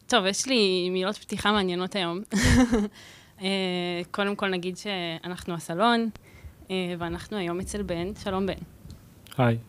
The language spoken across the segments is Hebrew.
טוב, יש לי מילות פתיחה מעניינות היום. קודם כל נגיד שאנחנו הסלון, ואנחנו היום אצל בן. שלום בן. היי.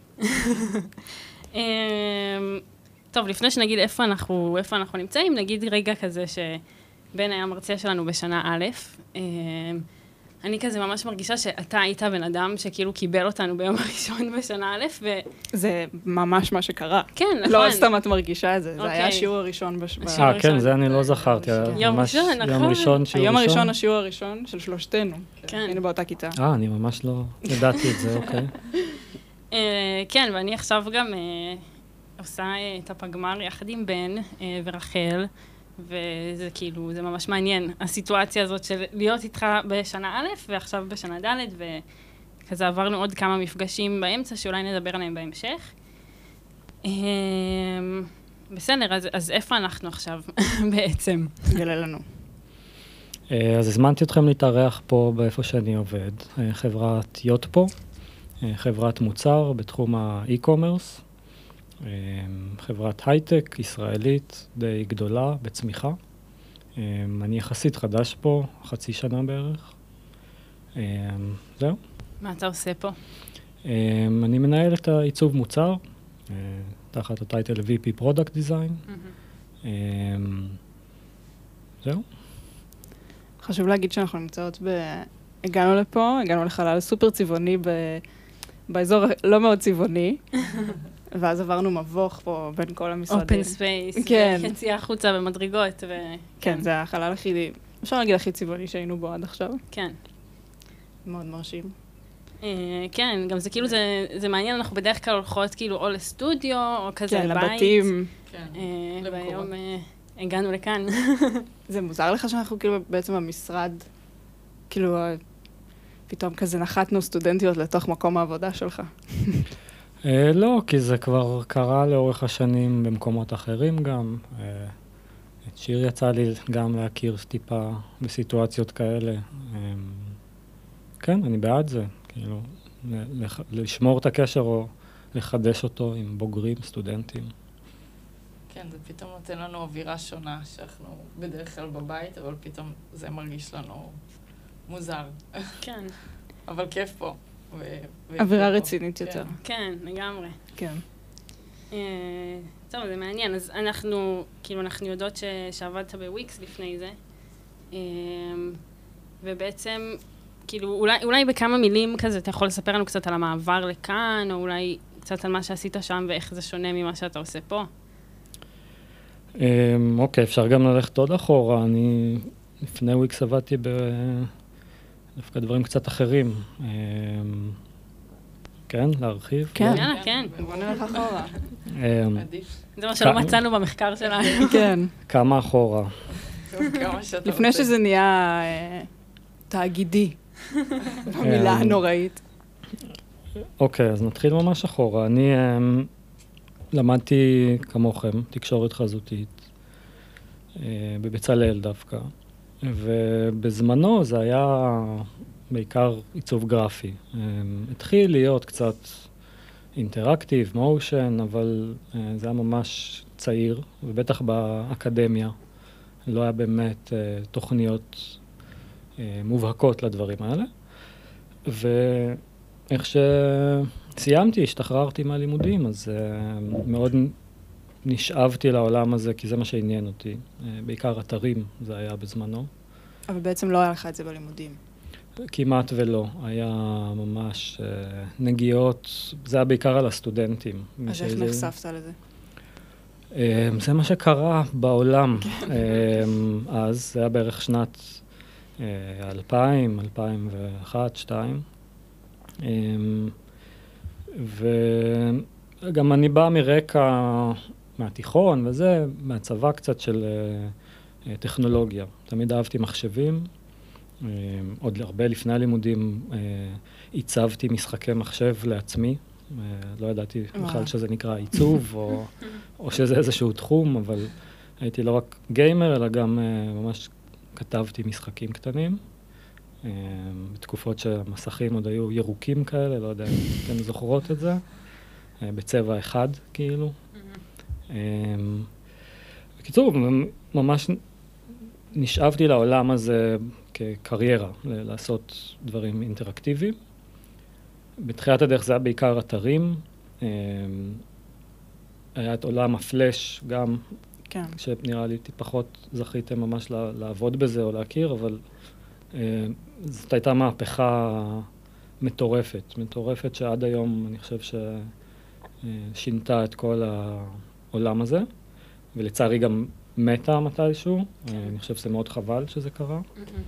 טוב, לפני שנגיד איפה אנחנו נמצאים, נגיד רגע כזה שבן היה מרצה שלנו בשנה א', אני כזה ממש מרגישה שאתה היית בן אדם שכאילו קיבל אותנו ביום הראשון בשנה א', זה ממש מה שקרה. כן, נכון. לא סתם את מרגישה את זה, זה היה השיעור הראשון כן, זה אני לא זכרתי. יום ראשון, נכון. יום ראשון, שיעור היום ראשון. הראשון, השיעור הראשון של שלושתנו. כן. היינו באותה כיתה. אני ממש לא ידעתי את זה, אוקיי. כן, ואני עכשיו גם עושה את הפגמר יחד עם בן ורחל, וזה כאילו, זה ממש מעניין, הסיטואציה הזאת של להיות איתך בשנה א' ועכשיו בשנה ד', וכזה עברנו עוד כמה מפגשים באמצע, שאולי נדבר עליהם בהמשך. בסדר, אז איפה אנחנו עכשיו בעצם? גלה לנו. אז הזמנתי אתכם להתארח פה באיפה שאני עובד, חברת יוטפו, חברת מוצר בתחום האי-קומרס, חברת הייטק ישראלית די גדולה בצמיחה. אני יחסית חדש פה, חצי שנה בערך. זהו. מה אתה עושה פה? אני מנהל את העיצוב מוצר, תחת הטייטל VP Product Design. זהו. חשוב להגיד שאנחנו נמצאות הגענו לפה, הגענו לחלל סופר צבעוני באזור לא מאוד צבעוני. ואז עברנו מבוך פה בין כל המשרדים. אופן ספייס, כן. יציאה החוצה במדרגות. כן, זה החלל הכי, אפשר להגיד הכי צבעוני שהיינו בו עד עכשיו. כן. מאוד מרשים. כן, גם זה כאילו, זה מעניין, אנחנו בדרך כלל הולכות כאילו או לסטודיו, או כזה לבית. כן, לבתים. והיום הגענו לכאן. זה מוזר לך שאנחנו כאילו בעצם המשרד, כאילו פתאום כזה נחתנו סטודנטיות לתוך מקום העבודה שלך. לא, כי זה כבר קרה לאורך השנים במקומות אחרים גם. את שיר יצא לי גם להכיר טיפה בסיטואציות כאלה. כן, אני בעד זה. כאילו, לשמור את הקשר או לחדש אותו עם בוגרים, סטודנטים. כן, זה פתאום נותן לנו אווירה שונה, שאנחנו בדרך כלל בבית, אבל פתאום זה מרגיש לנו מוזר. כן. אבל כיף פה. אווירה רצינית יותר. כן, לגמרי. כן. טוב, זה מעניין. אז אנחנו, כאילו, אנחנו יודעות שעבדת בוויקס לפני זה. ובעצם, כאילו, אולי בכמה מילים כזה, אתה יכול לספר לנו קצת על המעבר לכאן, או אולי קצת על מה שעשית שם ואיך זה שונה ממה שאתה עושה פה? אוקיי, אפשר גם ללכת עוד אחורה. אני לפני וויקס עבדתי דווקא דברים קצת אחרים. כן, להרחיב? כן, כן. בוא נלך אחורה. זה מה שלא מצאנו במחקר שלנו. כן. כמה אחורה. לפני שזה נהיה תאגידי, במילה הנוראית. אוקיי, אז נתחיל ממש אחורה. אני למדתי כמוכם תקשורת חזותית, בבצלאל דווקא. ובזמנו זה היה בעיקר עיצוב גרפי. התחיל להיות קצת אינטראקטיב, מושן, אבל זה היה ממש צעיר, ובטח באקדמיה לא היה באמת תוכניות מובהקות לדברים האלה. ואיך שסיימתי, השתחררתי מהלימודים, אז מאוד נשאבתי לעולם הזה, כי זה מה שעניין אותי. בעיקר אתרים זה היה בזמנו. אבל בעצם לא היה לך את זה בלימודים. כמעט ולא. היה ממש נגיעות, זה היה בעיקר על הסטודנטים. אז איך נחשפת לזה? זה מה שקרה בעולם. אז זה היה בערך שנת 2000, 2001, 2002. וגם אני בא מרקע מהתיכון וזה, מהצבא קצת של טכנולוגיה. תמיד אהבתי מחשבים. עוד הרבה לפני הלימודים עיצבתי משחקי מחשב לעצמי. לא ידעתי בכלל שזה נקרא עיצוב, או שזה איזשהו תחום, אבל הייתי לא רק גיימר, אלא גם ממש כתבתי משחקים קטנים. בתקופות שהמסכים עוד היו ירוקים כאלה, לא יודע אם אתם זוכרות את זה. בצבע אחד, כאילו. בקיצור, ממש נשאבתי לעולם הזה כקריירה, לעשות דברים אינטראקטיביים. בתחילת הדרך זה היה בעיקר אתרים. היה את עולם הפלאש גם, כן. שנראה לי פחות זכיתם ממש לעבוד בזה או להכיר, אבל זאת הייתה מהפכה מטורפת שעד היום אני חושב ששינתה את כל העולם הזה, ולצערי גם מתה מתישהו. אני חושב שזה מאוד חבל שזה קרה.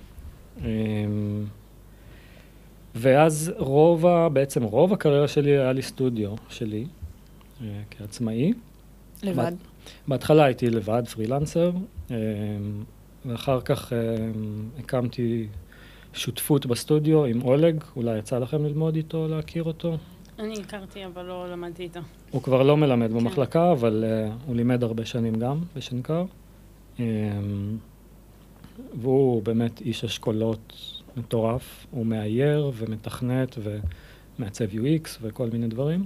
ואז בעצם רוב הקריירה שלי היה לי סטודיו שלי, כעצמאי. לבד? בהתחלה הייתי לבד, פרילנסר, ואחר כך הקמתי שותפות בסטודיו עם אולג, אולי יצא לכם ללמוד איתו, להכיר אותו? אני הכרתי, אבל לא למדתי איתו. הוא כבר לא מלמד במחלקה, אבל הוא לימד הרבה שנים גם בשנקר. והוא באמת איש אשכולות מטורף, הוא מאייר ומתכנת ומעצב UX וכל מיני דברים.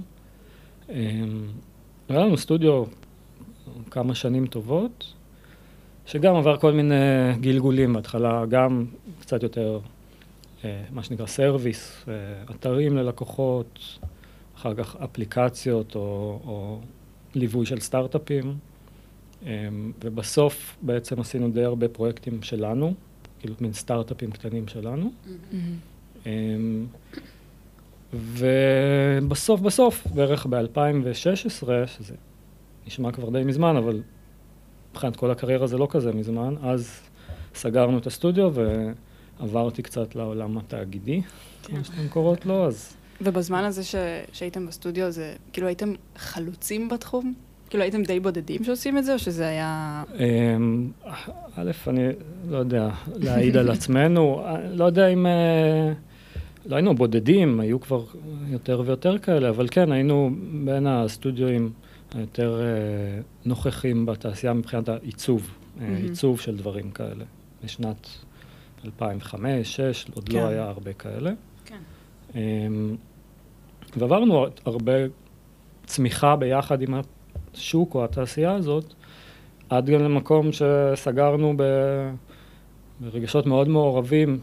היה לנו סטודיו כמה שנים טובות, שגם עבר כל מיני גלגולים בהתחלה, גם קצת יותר מה שנקרא סרוויס, אתרים ללקוחות, אחר כך אפליקציות או ליווי של סטארט-אפים, ובסוף בעצם עשינו די הרבה פרויקטים שלנו, כאילו מין סטארט-אפים קטנים שלנו. ובסוף, בערך ב-2016, שזה נשמע כבר די מזמן, אבל מבחינת כל הקריירה זה לא כזה מזמן, אז סגרנו את הסטודיו ועברתי קצת לעולם התאגידי, כמו שאתם קוראות לו, אז... ובזמן הזה שהייתם בסטודיו, זה כאילו הייתם חלוצים בתחום? כאילו הייתם די בודדים שעושים את זה, או שזה היה... א', אני לא יודע, להעיד על עצמנו, לא יודע אם... לא היינו בודדים, היו כבר יותר ויותר כאלה, אבל כן, היינו בין הסטודיואים היותר נוכחים בתעשייה מבחינת העיצוב, עיצוב של דברים כאלה. בשנת 2005-2006, עוד לא היה הרבה כאלה. כן. ועברנו הרבה צמיחה ביחד עם השוק או התעשייה הזאת, עד גם למקום שסגרנו ברגשות מאוד מעורבים,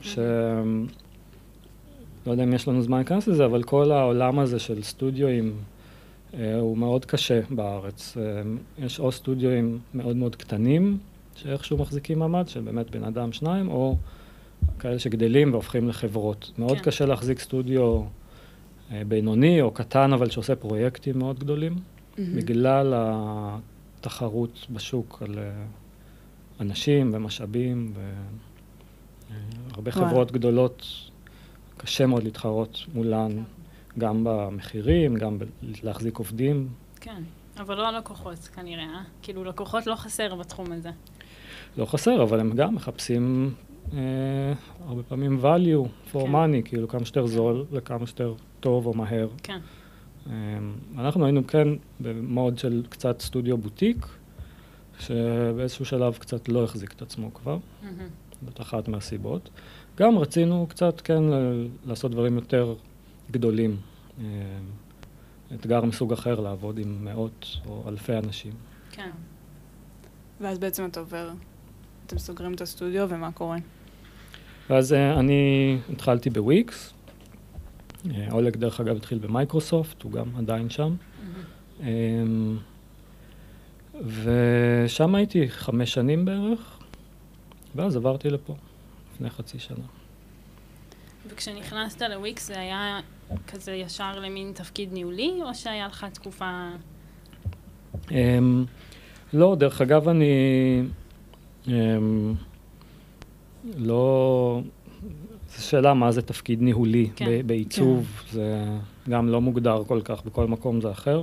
לא יודע אם יש לנו זמן להיכנס לזה, אבל כל העולם הזה של סטודיואים הוא מאוד קשה בארץ. יש או סטודיואים מאוד מאוד קטנים, שאיכשהו מחזיקים מעמד, של באמת בן אדם שניים, או כאלה שגדלים והופכים לחברות. מאוד קשה להחזיק סטודיו בינוני או קטן, אבל שעושה פרויקטים מאוד גדולים, בגלל התחרות בשוק על אנשים ומשאבים, והרבה חברות גדולות, קשה מאוד להתחרות מולן, גם במחירים, גם להחזיק עובדים. כן, אבל לא הלקוחות כנראה, כאילו לקוחות לא חסר בתחום הזה. לא חסר, אבל הם גם מחפשים הרבה פעמים value for money, כאילו כמה שיותר זול וכמה שיותר טוב או מהר. כן. אנחנו היינו כן במוד של קצת סטודיו בוטיק, שבאיזשהו שלב קצת לא החזיק את עצמו כבר, זאת אחת מהסיבות. גם רצינו קצת כן לעשות דברים יותר גדולים, אתגר מסוג אחר, לעבוד עם מאות או אלפי אנשים. כן. ואז בעצם אתם סוגרים את הסטודיו, ומה קורה? ואז אני התחלתי בוויקס, אולג דרך אגב התחיל במייקרוסופט, הוא גם עדיין שם. ושם הייתי 5 שנים בערך, ואז עברתי לפה, לפני חצי שנה. וכשנכנסת לוויקס זה היה כזה ישר למין תפקיד ניהולי, או שהיה לך תקופה... לא, דרך אגב אני לא... זו שאלה מה זה תפקיד ניהולי בעיצוב, זה גם לא מוגדר כל כך, בכל מקום זה אחר.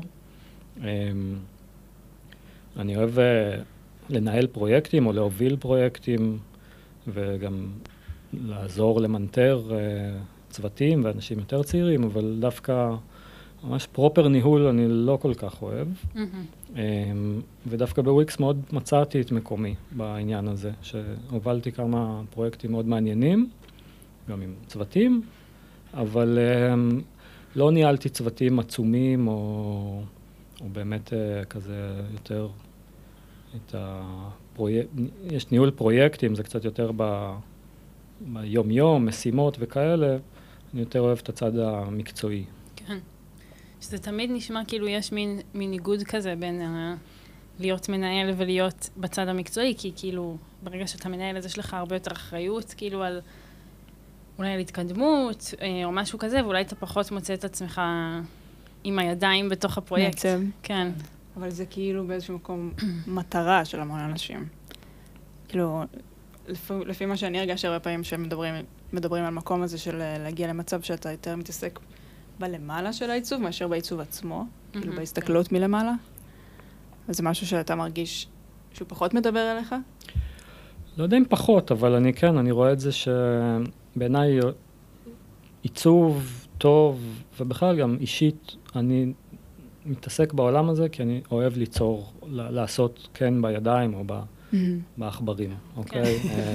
אני אוהב לנהל פרויקטים או להוביל פרויקטים, וגם לעזור למנטר צוותים ואנשים יותר צעירים, אבל דווקא ממש פרופר ניהול אני לא כל כך אוהב. ודווקא בוויקס מאוד מצאתי את מקומי בעניין הזה, שהובלתי כמה פרויקטים מאוד מעניינים, גם עם צוותים, אבל לא ניהלתי צוותים עצומים או באמת כזה יותר את יש ניהול פרויקטים, זה קצת יותר ביום-יום, משימות וכאלה, אני יותר אוהב את הצד המקצועי. כן. שזה תמיד נשמע כאילו יש מין איגוד כזה בין להיות מנהל ולהיות בצד המקצועי, כי כאילו ברגע שאתה מנהל אז יש לך הרבה יותר אחריות, כאילו על אולי על התקדמות או משהו כזה, ואולי אתה פחות מוצא את עצמך עם הידיים בתוך הפרויקט. בעצם. כן. אבל זה כאילו באיזשהו מקום מטרה של המון אנשים. כאילו, לפי מה שאני הרגשתי הרבה פעמים שמדברים על מקום הזה של להגיע למצב שאתה יותר מתעסק בלמעלה של העיצוב, מאשר בעיצוב עצמו, כאילו בהסתכלות מלמעלה. אז זה משהו שאתה מרגיש שהוא פחות מדבר אליך? לא יודע אם פחות, אבל אני רואה את זה שבעיניי עיצוב טוב, ובכלל גם אישית, אני מתעסק בעולם הזה, כי אני אוהב ליצור, לעשות כן בידיים או בעכברים, אוקיי?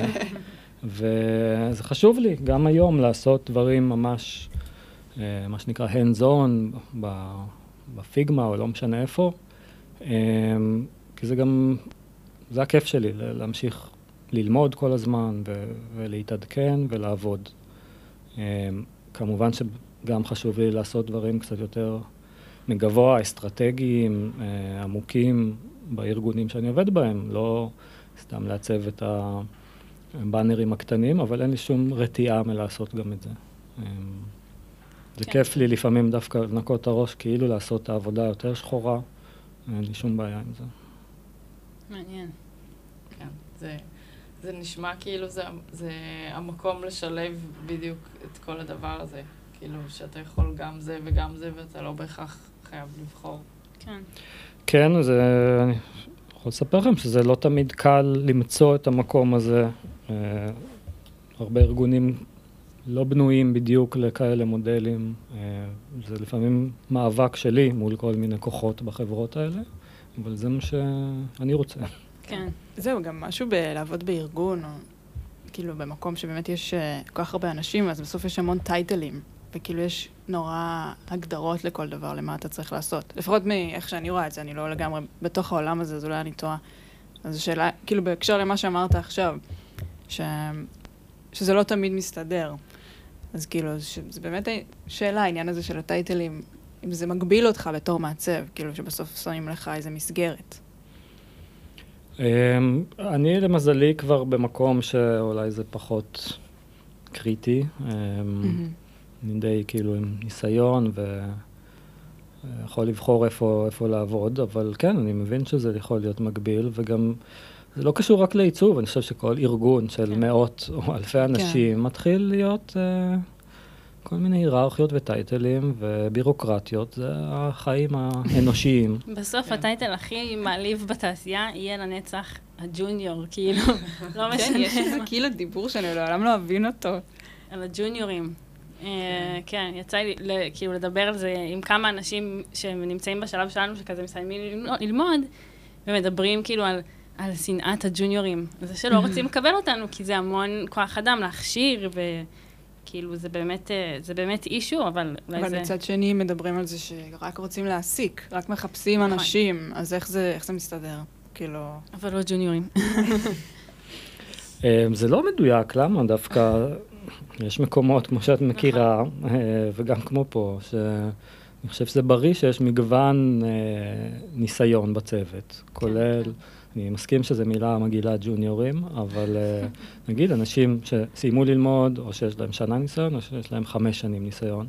וזה חשוב לי גם היום לעשות דברים ממש, מה שנקרא hands on, בפיגמה או לא משנה איפה, כי זה גם, זה הכיף שלי, להמשיך ללמוד כל הזמן ולהתעדכן ולעבוד. כמובן שגם חשוב לי לעשות דברים קצת יותר מגבוה, אסטרטגיים, עמוקים בארגונים שאני עובד בהם, לא סתם לעצב את הבאנרים הקטנים, אבל אין לי שום רתיעה מלעשות גם את זה. זה כיף לי לפעמים דווקא לנקות את הראש, כאילו לעשות את העבודה יותר שחורה, אין לי שום בעיה עם זה. מעניין. כן, זה נשמע כאילו זה המקום לשלב בדיוק את כל הדבר הזה. כאילו שאתה יכול גם זה וגם זה, ואתה לא בהכרח חייב לבחור. כן. כן, אני יכול לספר לכם שזה לא תמיד קל למצוא את המקום הזה. הרבה ארגונים לא בנויים בדיוק לכאלה מודלים. זה לפעמים מאבק שלי מול כל מיני כוחות בחברות האלה, אבל זה מה שאני רוצה. כן. זהו, גם משהו בלעבוד בארגון, או כאילו במקום שבאמת יש כל כך הרבה אנשים, אז בסוף יש המון טייטלים, וכאילו יש נורא הגדרות לכל דבר, למה אתה צריך לעשות. לפחות מאיך שאני רואה את זה, אני לא לגמרי בתוך העולם הזה, אז אולי אני טועה. אז השאלה, כאילו בהקשר למה שאמרת עכשיו, שזה לא תמיד מסתדר. אז כאילו, זה באמת שאלה, העניין הזה של הטייטלים, אם זה מגביל אותך בתור מעצב, כאילו שבסוף שמים לך איזה מסגרת. אני למזלי כבר במקום שאולי זה פחות קריטי. אני די כאילו עם ניסיון ויכול לבחור איפה לעבוד, אבל כן, אני מבין שזה יכול להיות מגביל, וגם זה לא קשור רק לעיצוב, אני חושב שכל ארגון של מאות או אלפי אנשים מתחיל להיות כל מיני היררכיות וטייטלים ובירוקרטיות, זה החיים האנושיים. בסוף הטייטל הכי מעליב בתעשייה יהיה לנצח הג'וניור, כאילו, לא משנה. כן, יש איזה כאילו דיבור שאני לעולם לא אבין אותו. על הג'וניורים. כן, יצא לי כאילו לדבר על זה עם כמה אנשים שנמצאים בשלב שלנו, שכזה מסיימים ללמוד, ומדברים כאילו על שנאת הג'וניורים. זה שלא רוצים לקבל אותנו, כי זה המון כוח אדם להכשיר, וכאילו זה באמת אישו, אבל אולי זה... אבל מצד שני מדברים על זה שרק רוצים להעסיק, רק מחפשים אנשים, אז איך זה מסתדר? כאילו... אבל לא ג'וניורים. זה לא מדויק, למה? דווקא יש מקומות, כמו שאת מכירה, וגם כמו פה, שאני חושב שזה בריא שיש מגוון ניסיון בצוות, כולל, אני מסכים שזו מילה מגעילה ג'וניורים, אבל נגיד אנשים שסיימו ללמוד, או שיש להם שנה ניסיון, או שיש להם 5 שנים ניסיון.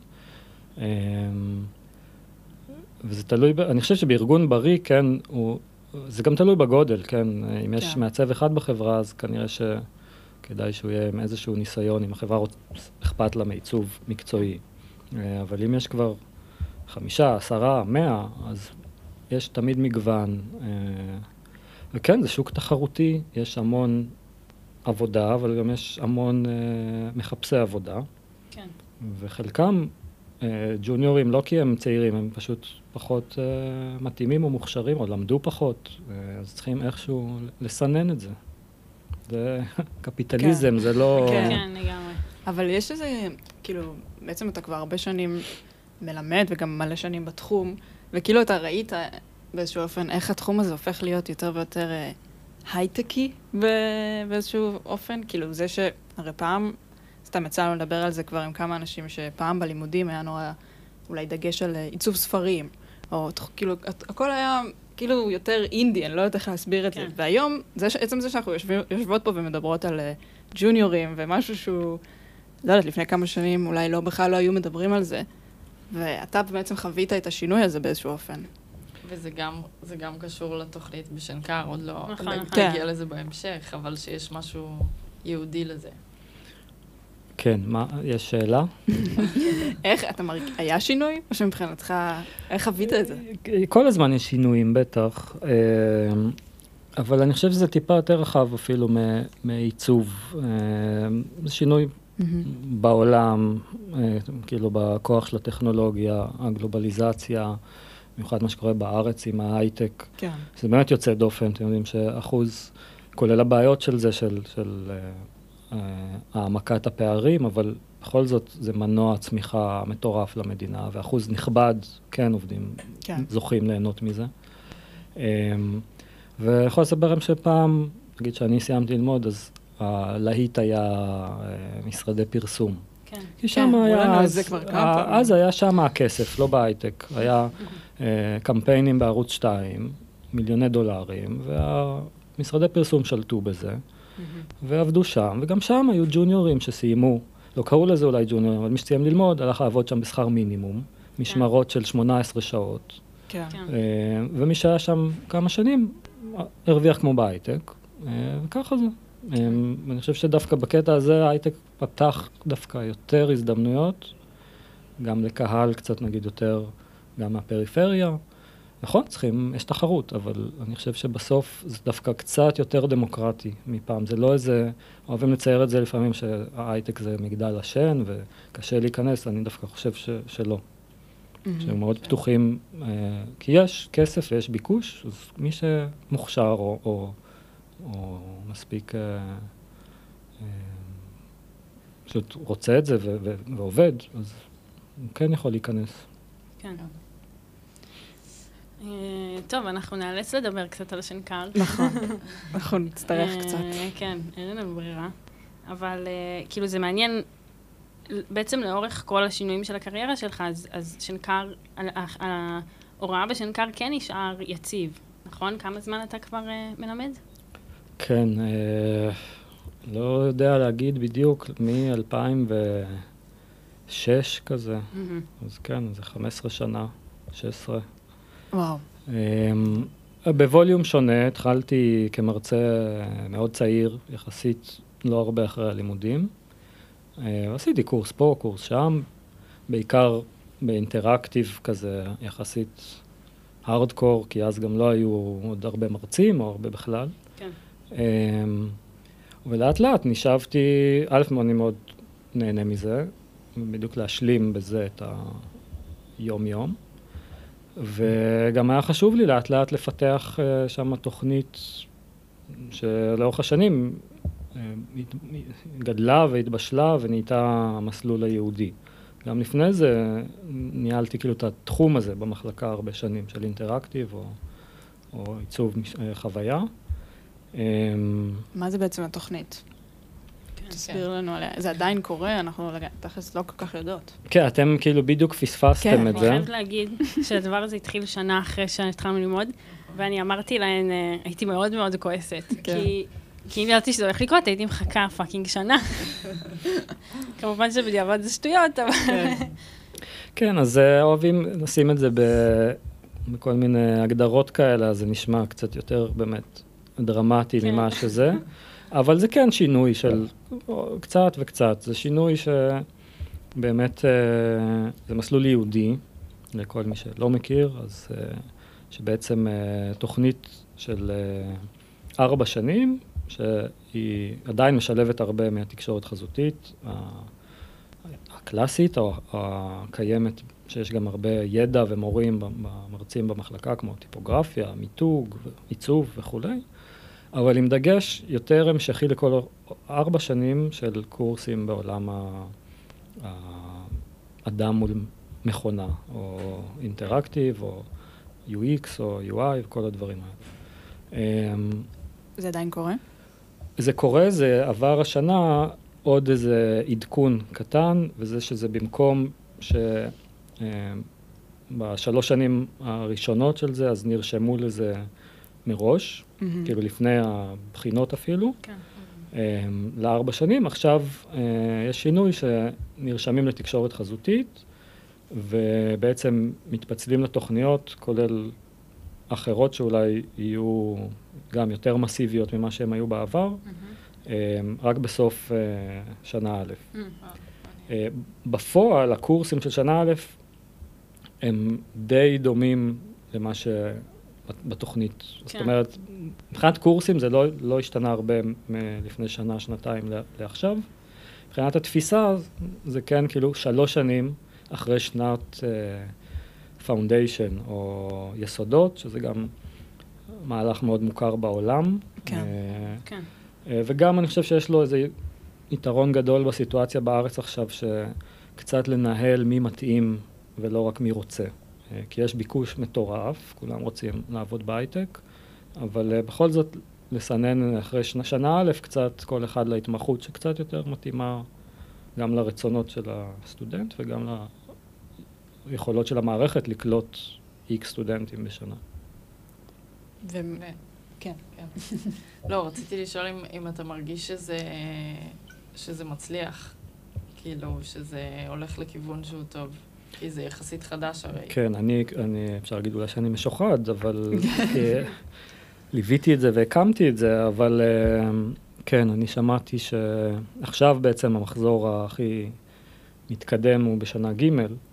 וזה תלוי, אני חושב שבארגון בריא, כן, זה גם תלוי בגודל, כן, אם יש מעצב אחד בחברה, אז כנראה כדאי שהוא יהיה עם איזשהו ניסיון, אם החברה אכפת לה מעיצוב מקצועי. אבל אם יש כבר 5, 10, 100, אז יש תמיד מגוון. וכן, זה שוק תחרותי, יש המון עבודה, אבל גם יש המון מחפשי עבודה. כן. וחלקם ג'וניורים, לא כי הם צעירים, הם פשוט פחות מתאימים או מוכשרים, או למדו פחות, אז צריכים איכשהו לסנן את זה. זה קפיטליזם, זה לא... כן, לגמרי. אבל יש איזה, כאילו, בעצם אתה כבר הרבה שנים מלמד, וגם מלא שנים בתחום, וכאילו אתה ראית באיזשהו אופן, איך התחום הזה הופך להיות יותר ויותר הייטקי באיזשהו אופן? כאילו זה שהרי פעם, סתם יצא לנו לדבר על זה כבר עם כמה אנשים שפעם בלימודים היה נורא אולי דגש על עיצוב ספרים, או כאילו, הכל היה כאילו יותר אינדי, אני לא יודעת איך להסביר את זה. והיום, עצם זה שאנחנו יושבות פה ומדברות על ג'וניורים ומשהו שהוא, לא יודעת, לפני כמה שנים אולי בכלל לא היו מדברים על זה, ואתה בעצם חווית את השינוי הזה באיזשהו אופן. וזה גם קשור לתוכנית בשנקר, עוד לא נכון. נגיע לזה בהמשך, אבל שיש משהו יהודי לזה. כן, יש שאלה? איך, היה שינוי? או שמבחינתך, איך חווית את זה? כל הזמן יש שינויים, בטח. אבל אני חושב שזה טיפה יותר רחב אפילו מעיצוב. זה שינוי בעולם, כאילו בכוח של הטכנולוגיה, הגלובליזציה, במיוחד מה שקורה בארץ עם ההייטק. כן. זה באמת יוצא דופן, אתם יודעים שאחוז, כולל הבעיות של זה, של העמקת הפערים, אבל בכל זאת זה מנוע צמיחה מטורף למדינה, ואחוז נכבד, כן, עובדים, כן. זוכים ליהנות מזה. ויכול לספר לכם שפעם, נגיד שאני סיימתי ללמוד, אז הלהיט היה משרדי פרסום. כן. כי שם היה, אז היה שם הכסף, לא בהייטק. היה קמפיינים בערוץ 2, מיליוני דולרים, והמשרדי פרסום שלטו בזה, ועבדו שם, וגם שם היו ג'וניורים שסיימו, לא קראו לזה אולי ג'וניורים, אבל מי שסיים ללמוד, הלך לעבוד שם בשכר מינימום, משמרות של 18 שעות. כן. ומי שהיה שם כמה שנים, הרוויח כמו בהייטק, וככה זה. אני חושב שדווקא בקטע הזה ההייטק פתח דווקא יותר הזדמנויות, גם לקהל קצת נגיד יותר, גם מהפריפריה. נכון, יש תחרות, אבל אני חושב שבסוף זה דווקא קצת יותר דמוקרטי מפעם. זה לא איזה, אוהבים לצייר את זה לפעמים שההייטק זה מגדל השן וקשה להיכנס, אני דווקא חושב שלא. שהם מאוד פתוחים, כי יש כסף ויש ביקוש, אז מי שמוכשר או מספיק פשוט רוצה את זה ועובד, אז הוא כן יכול להיכנס. כן. טוב, אנחנו נאלץ לדבר קצת על שנקר. נכון, אנחנו נצטרך קצת. כן, אין לנו ברירה. אבל כאילו זה מעניין, בעצם לאורך כל השינויים של הקריירה שלך, אז שנקר, ההוראה בשנקר כן נשאר יציב, נכון? כמה זמן אתה כבר מלמד? כן, לא יודע להגיד בדיוק, מ-2006 כזה. אז כן, זה 15 שנה, 16. וואו. בווליום שונה, התחלתי כמרצה מאוד צעיר, יחסית לא הרבה אחרי הלימודים. עשיתי קורס פה, קורס שם, בעיקר באינטראקטיב כזה, יחסית הארדקור, כי אז גם לא היו עוד הרבה מרצים, או הרבה בכלל. כן. ולאט לאט נשאבתי, אני מאוד נהנה מזה, בדיוק להשלים בזה את היום-יום. וגם היה חשוב לי לאט לאט לפתח שם תוכנית שלאורך השנים גדלה והתבשלה ונהייתה המסלול היהודי. גם לפני זה ניהלתי כאילו את התחום הזה במחלקה הרבה שנים של אינטראקטיב או עיצוב חוויה. מה זה בעצם התוכנית? תסביר לנו עליה. זה עדיין קורה, אנחנו תכלס לא כל כך יודעות. כן, אתם כאילו בדיוק פספסתם את זה. אני חייבת להגיד שהדבר הזה התחיל שנה אחרי שהתחלנו ללמוד, ואני אמרתי להן, הייתי מאוד מאוד כועסת, כי אם ידעתי שזה הולך לקרות, הייתי מחכה פאקינג שנה. כמובן שבדיעבד זה שטויות, אבל... כן, אז אוהבים לשים את זה בכל מיני הגדרות כאלה, אז זה נשמע קצת יותר באמת דרמטי ממה שזה. אבל זה כן שינוי של קצת וקצת. זה שינוי שבאמת זה מסלול יהודי, לכל מי שלא מכיר, אז שבעצם תוכנית של 4 שנים, שהיא עדיין משלבת הרבה מהתקשורת חזותית, הקלאסית או הקיימת, שיש גם הרבה ידע ומורים מרצים במחלקה, כמו טיפוגרפיה, מיתוג, עיצוב וכו'. אבל עם דגש יותר המשכי לכל 4 שנים של קורסים בעולם האדם מול מכונה, או אינטראקטיב, או UX או UI וכל הדברים האלה. זה עדיין קורה? זה קורה, זה עבר השנה עוד איזה עדכון קטן, וזה שזה במקום בשלוש שנים הראשונות של זה, אז נרשמו לזה מראש, כאילו לפני הבחינות אפילו, ל4 שנים. עכשיו יש שינוי שנרשמים לתקשורת חזותית, ובעצם מתפצלים לתוכניות, כולל אחרות שאולי יהיו גם יותר מסיביות ממה שהם היו בעבר, רק בסוף שנה א'. בפועל, הקורסים של שנה א' הם די דומים למה שבתוכנית. זאת אומרת, מבחינת קורסים זה לא השתנה הרבה מלפני שנה, שנתיים לעכשיו. מבחינת התפיסה זה כן כאילו 3 שנים אחרי שנת פאונדיישן או יסודות, שזה גם מהלך מאוד מוכר בעולם. כן. כן. וגם אני חושב שיש לו איזה יתרון גדול בסיטואציה בארץ עכשיו, שקצת לנהל מי מתאים ולא רק מי רוצה. כי יש ביקוש מטורף, כולם רוצים לעבוד בהייטק, אבל בכל זאת לסנן אחרי שנה א' קצת כל אחד להתמחות שקצת יותר מתאימה גם לרצונות של הסטודנט וגם ליכולות של המערכת לקלוט X סטודנטים בשנה. כן. לא, רציתי לשאול אם אתה מרגיש שזה מצליח, כאילו שזה הולך לכיוון שהוא טוב, כי זה יחסית חדש הרי. כן, אני אפשר להגיד אולי שאני משוחד, אבל ליוויתי את זה והקמתי את זה, אבל כן, אני שמעתי שעכשיו בעצם המחזור הכי מתקדם הוא בשנה ג',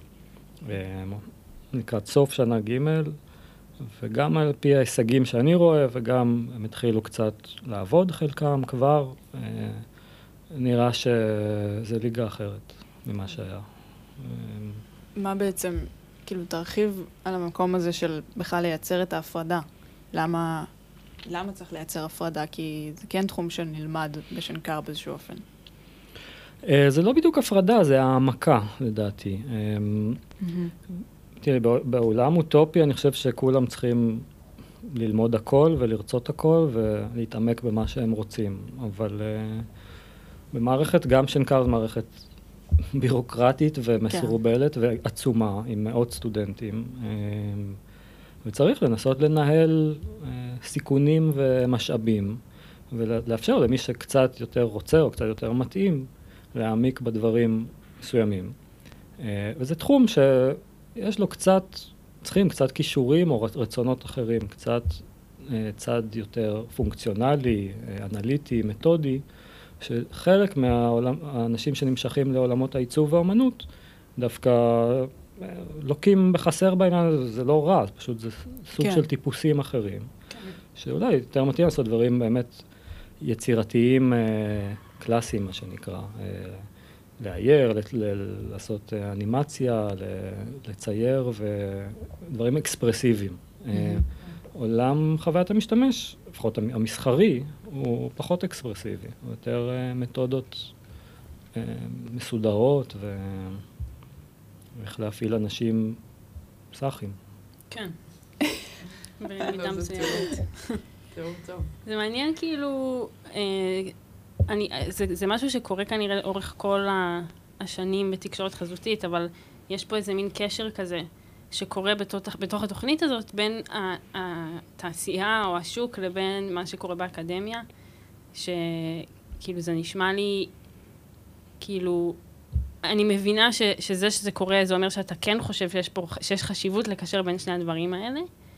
לקראת סוף שנה ג', וגם על פי ההישגים שאני רואה, וגם הם התחילו קצת לעבוד חלקם כבר, נראה שזה ליגה אחרת ממה שהיה. מה בעצם, כאילו תרחיב על המקום הזה של בכלל לייצר את ההפרדה. למה צריך לייצר הפרדה? כי זה כן תחום שנלמד בשנקר באיזשהו אופן. זה לא בדיוק הפרדה, זה העמקה לדעתי. תראי, בעולם אוטופי אני חושב שכולם צריכים ללמוד הכל ולרצות הכל ולהתעמק במה שהם רוצים. אבל במערכת, גם שנקר זו מערכת בירוקרטית ומסורבלת ועצומה עם מאות סטודנטים. וצריך לנסות לנהל סיכונים ומשאבים ולאפשר למי שקצת יותר רוצה או קצת יותר מתאים להעמיק בדברים מסוימים. וזה תחום שיש לו צריכים קצת כישורים או רצונות אחרים, קצת צד יותר פונקציונלי, אנליטי, מתודי, שחלק מהאנשים שנמשכים לעולמות העיצוב והאמנות דווקא לוקים בחסר בעניין הזה, זה לא רע, פשוט זה סוג של טיפוסים אחרים, שאולי יותר מתאים לעשות דברים באמת יצירתיים, קלאסיים, מה שנקרא, לאייר, לעשות אנימציה, לצייר ודברים אקספרסיביים. עולם חוויית המשתמש, לפחות המסחרי, הוא פחות אקספרסיבי, הוא יותר מתודות מסודרות ואיך להפעיל אנשים פסחים. כן. במידה מסוימת. טוב. זה מעניין כאילו, זה משהו שקורה כנראה לאורך כל השנים בתקשורת חזותית, אבל יש פה איזה מין קשר כזה שקורה בתוך התוכנית הזאת בין התעשייה או השוק לבין מה שקורה באקדמיה, שכאילו זה נשמע לי, כאילו, אני מבינה שזה קורה, זה אומר שאתה כן חושב שיש חשיבות לקשר בין שני הדברים האלה.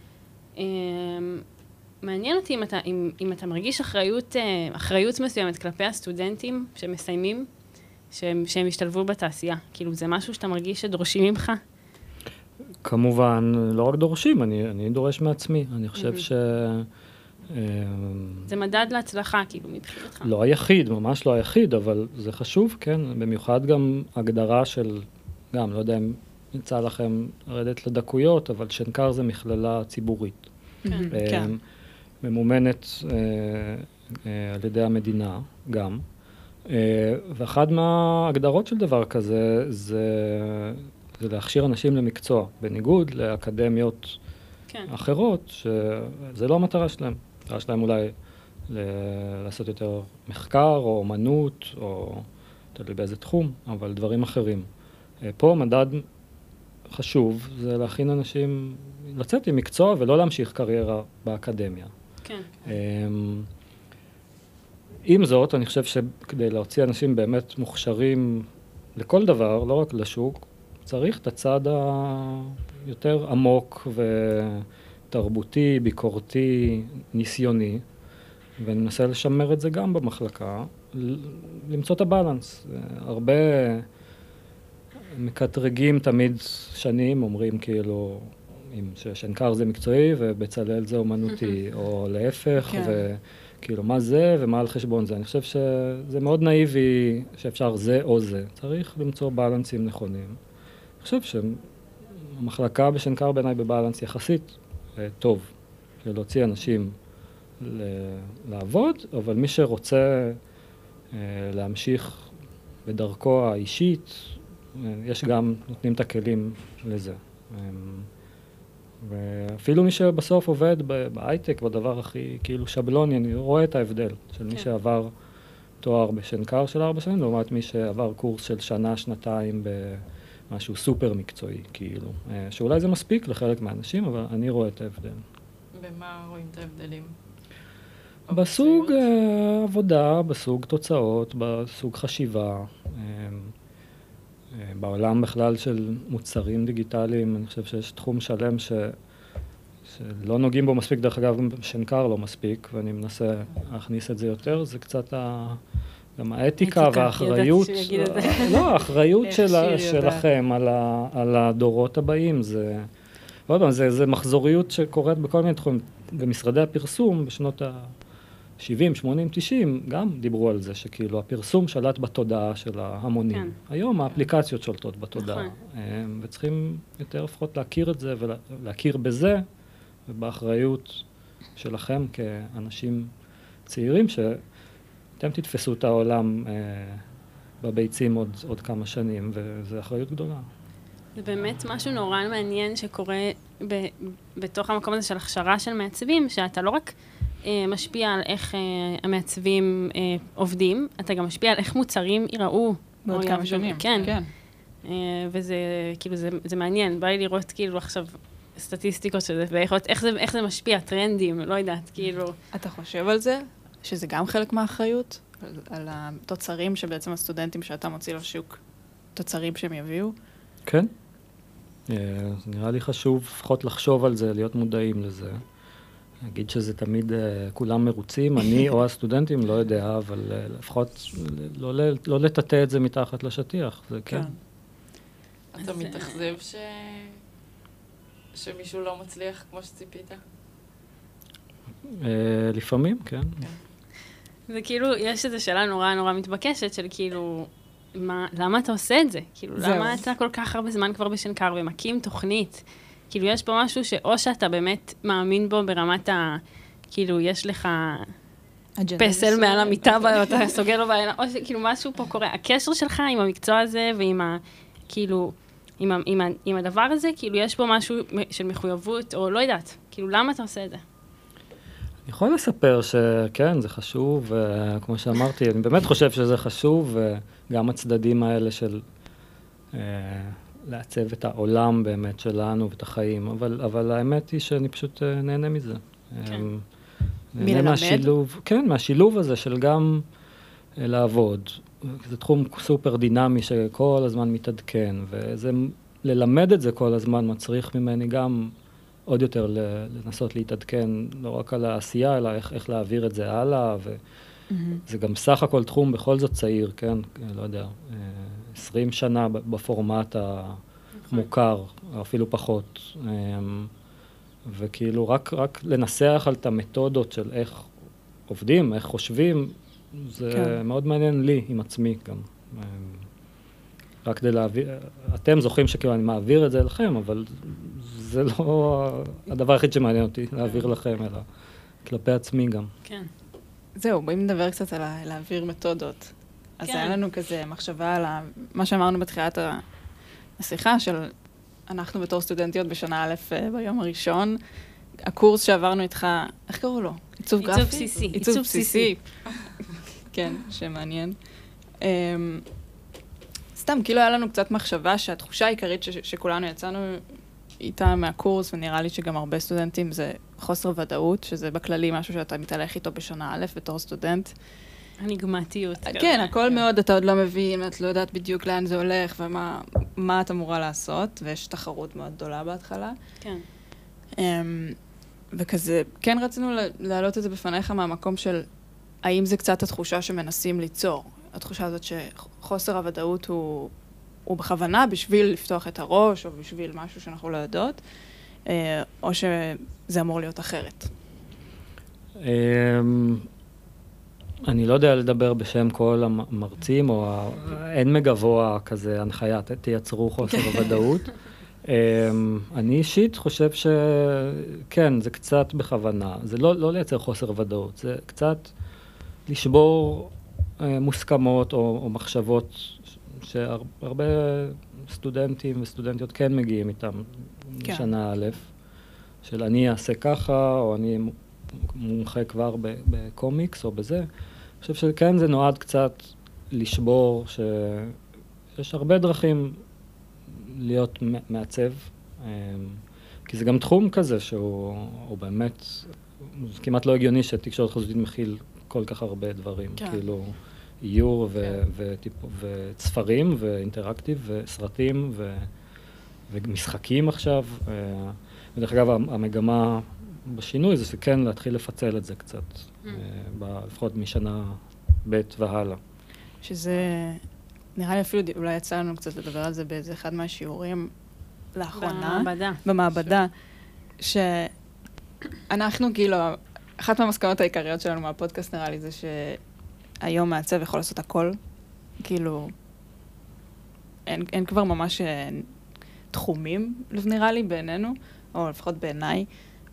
מעניין אותי אם אתה מרגיש אחריות מסוימת כלפי הסטודנטים שמסיימים, שהם השתלבו בתעשייה. כאילו, זה משהו שאתה מרגיש שדורשים ממך? כמובן, לא רק דורשים, אני דורש מעצמי. אני חושב זה מדד להצלחה, כאילו, מבחינתך. לא היחיד, ממש לא היחיד, אבל זה חשוב, כן. במיוחד גם הגדרה של, גם, לא יודע אם יצא לכם לרדת לדקויות, אבל שנקר זה מכללה ציבורית. כן. ממומנת על ידי המדינה, גם. ואחת מההגדרות של דבר כזה זה להכשיר אנשים למקצוע, בניגוד לאקדמיות כן. אחרות, שזה לא המטרה שלהם. המטרה שלהם אולי לעשות יותר מחקר או אומנות, או תלוי באיזה תחום, אבל דברים אחרים. פה מדד חשוב זה להכין אנשים לצאת עם מקצוע ולא להמשיך קריירה באקדמיה. כן. עם זאת, אני חושב שכדי להוציא אנשים באמת מוכשרים לכל דבר, לא רק לשוק, צריך את הצד היותר עמוק ותרבותי, ביקורתי, ניסיוני, וננסה לשמר את זה גם במחלקה, למצוא את הבלנס. הרבה מקטרגים תמיד שנים, אומרים כאילו, ששנקר זה מקצועי ובצלאל זה אומנותי, או להפך, וכאילו מה זה ומה על חשבון זה. אני חושב שזה מאוד נאיבי שאפשר זה או זה. צריך למצוא בלנסים נכונים. אני חושב שהמחלקה בשנקר בעיניי בבלנס יחסית טוב, להוציא אנשים לעבוד, אבל מי שרוצה להמשיך בדרכו האישית, יש גם, נותנים את הכלים לזה. ואפילו מי שבסוף עובד בהייטק, בדבר הכי כאילו שבלוני, אני רואה את ההבדל של מי שעבר תואר בשנקר של 4 שנים, לעומת מי שעבר קורס של שנה, שנתיים במשהו סופר מקצועי, כאילו. שאולי זה מספיק לחלק מהאנשים, אבל אני רואה את ההבדל. במה רואים את ההבדלים? בסוג עבודה, בסוג תוצאות, בסוג חשיבה. בעולם בכלל של מוצרים דיגיטליים, אני חושב שיש תחום שלם שלא נוגעים בו מספיק, דרך אגב, שנקר לא מספיק, ואני מנסה להכניס את זה יותר, זה קצת גם האתיקה והאחריות, לא, האחריות שלכם על הדורות הבאים, זה מחזוריות שקורית בכל מיני תחומים, במשרדי הפרסום בשנות ה-70, 80, 90, גם דיברו על זה, שכאילו הפרסום שלט בתודעה של ההמונים. כן. היום האפליקציות שולטות בתודעה, וצריכים יותר לפחות להכיר את זה ולהכיר בזה, ובאחריות שלכם כאנשים צעירים, שאתם תתפסו את העולם בביצים עוד כמה שנים, וזו אחריות גדולה. זה באמת משהו נורא מעניין שקורה בתוך המקום הזה של הכשרה של מעצבים, שאתה לא רק משפיע על איך המעצבים עובדים, אתה גם משפיע על איך מוצרים ייראו. בעוד כמה שנים. כן. וזה, כאילו, זה מעניין. בא לי לראות, כאילו, עכשיו סטטיסטיקות של זה, ואיך זה משפיע, טרנדים, לא יודעת, כאילו. אתה חושב על זה? שזה גם חלק מהאחריות? על התוצרים שבעצם הסטודנטים שאתה מוציא לשוק, תוצרים שהם יביאו? כן. נראה לי חשוב לפחות לחשוב על זה, להיות מודעים לזה. נגיד שזה תמיד כולם מרוצים, אני או הסטודנטים, לא יודע, אבל לפחות לא לטאטא את זה מתחת לשטיח, זה כן. אתה מתאכזב שמישהו לא מצליח כמו שציפית? לפעמים, כן. זה כאילו, יש איזו שאלה נורא מתבקשת של כאילו, למה אתה עושה את זה? כאילו, למה אתה כל כך הרבה זמן כבר בשנקר ומקים תוכנית? כאילו, יש פה משהו שאו שאתה באמת מאמין בו ברמת כאילו, יש לך פסל מעל המיטה, ואתה סוגר לו בעינה, או שכאילו, משהו פה קורה. הקשר שלך עם המקצוע הזה ועם כאילו, עם הדבר הזה, כאילו, יש פה משהו של מחויבות, או לא יודעת. כאילו, למה אתה עושה את זה? אני יכול לספר שכן, זה חשוב, כמו שאמרתי, אני באמת חושב שזה חשוב, וגם הצדדים האלה של לעצב את העולם באמת שלנו ואת החיים, אבל האמת היא שאני פשוט נהנה מזה. כן. נהנה מהשילוב, כן, מהשילוב הזה של גם לעבוד. זה תחום סופר דינמי שכל הזמן מתעדכן, וזה, ללמד את זה כל הזמן מצריך ממני גם עוד יותר לנסות להתעדכן, לא רק על העשייה, אלא איך להעביר את זה הלאה, וזה גם סך הכל תחום בכל זאת צעיר, כן? לא יודע, 20 שנה בפורמט המוכר, או אפילו פחות. וכאילו רק לנסח על את המתודות של איך עובדים, איך חושבים, זה מאוד מעניין לי עם עצמי גם. רק כדי להעביר, אתם זוכרים שכאילו אני מעביר את זה לכם, אבל זה לא הדבר היחיד שמעניין אותי, להעביר לכם, אלא כלפי עצמי גם. כן. זהו, בואי נדבר קצת על להעביר מתודות. אז היה לנו כזה מחשבה על מה שאמרנו בתחילת השיחה, של אנחנו בתור סטודנטיות בשנה א' ביום הראשון, הקורס שעברנו איתך, איך קראו לו? עיצוב גרפי? עיצוב בסיסי. עיצוב בסיסי. כן, שמעניין. סתם, כאילו היה לנו קצת מחשבה שהתחושה העיקרית שכולנו יצאנו איתה מהקורס, ונראה לי שגם הרבה סטודנטים, זה חוסר ודאות, שזה בכללי משהו שאתה מתהלך איתו בשנה א' בתור סטודנט. הנגמתיות. כן, הכל מאוד, אתה עוד לא מבין, את לא יודעת בדיוק לאן זה הולך, ומה את אמורה לעשות, ויש תחרות מאוד גדולה בהתחלה. כן. וכזה, כן רצינו להעלות את זה בפניך מהמקום של האם זה קצת התחושה שמנסים ליצור. התחושה הזאת שחוסר הוודאות הוא בכוונה בשביל לפתוח את הראש, או בשביל משהו שאנחנו לא יודעות, או שזה אמור להיות אחרת. אני לא יודע לדבר בשם כל המרצים, או אין מגבוה כזה הנחיה, תייצרו חוסר הוודאות. אני אישית חושב שכן, זה קצת בכוונה. זה לא לייצר חוסר ודאות, זה קצת לשבור מוסכמות או מחשבות שהרבה סטודנטים וסטודנטיות כן מגיעים איתם בשנה א', של אני אעשה ככה, או אני מומחה כבר בקומיקס או בזה. אני חושב שכן זה נועד קצת לשבור, שיש הרבה דרכים להיות מעצב, כי זה גם תחום כזה שהוא באמת, זה כמעט לא הגיוני שתקשורת חזותית מכיל כל כך הרבה דברים, כאילו איור וספרים ואינטראקטיב וסרטים ומשחקים עכשיו. ודרך אגב, המגמה בשינוי זה שכן להתחיל לפצל את זה קצת, לפחות משנה ב' והלאה. שזה, נראה לי אפילו, אולי יצא לנו קצת לדבר על זה באיזה אחד מהשיעורים לאחרונה. במעבדה. שאנחנו כאילו, אחת מהמסקנות העיקריות שלנו מהפודקאסט נראה לי זה שהיום מעצב יכול לעשות הכל. כאילו, אין כבר ממש תחומים, נראה לי, בעינינו, או לפחות בעיניי.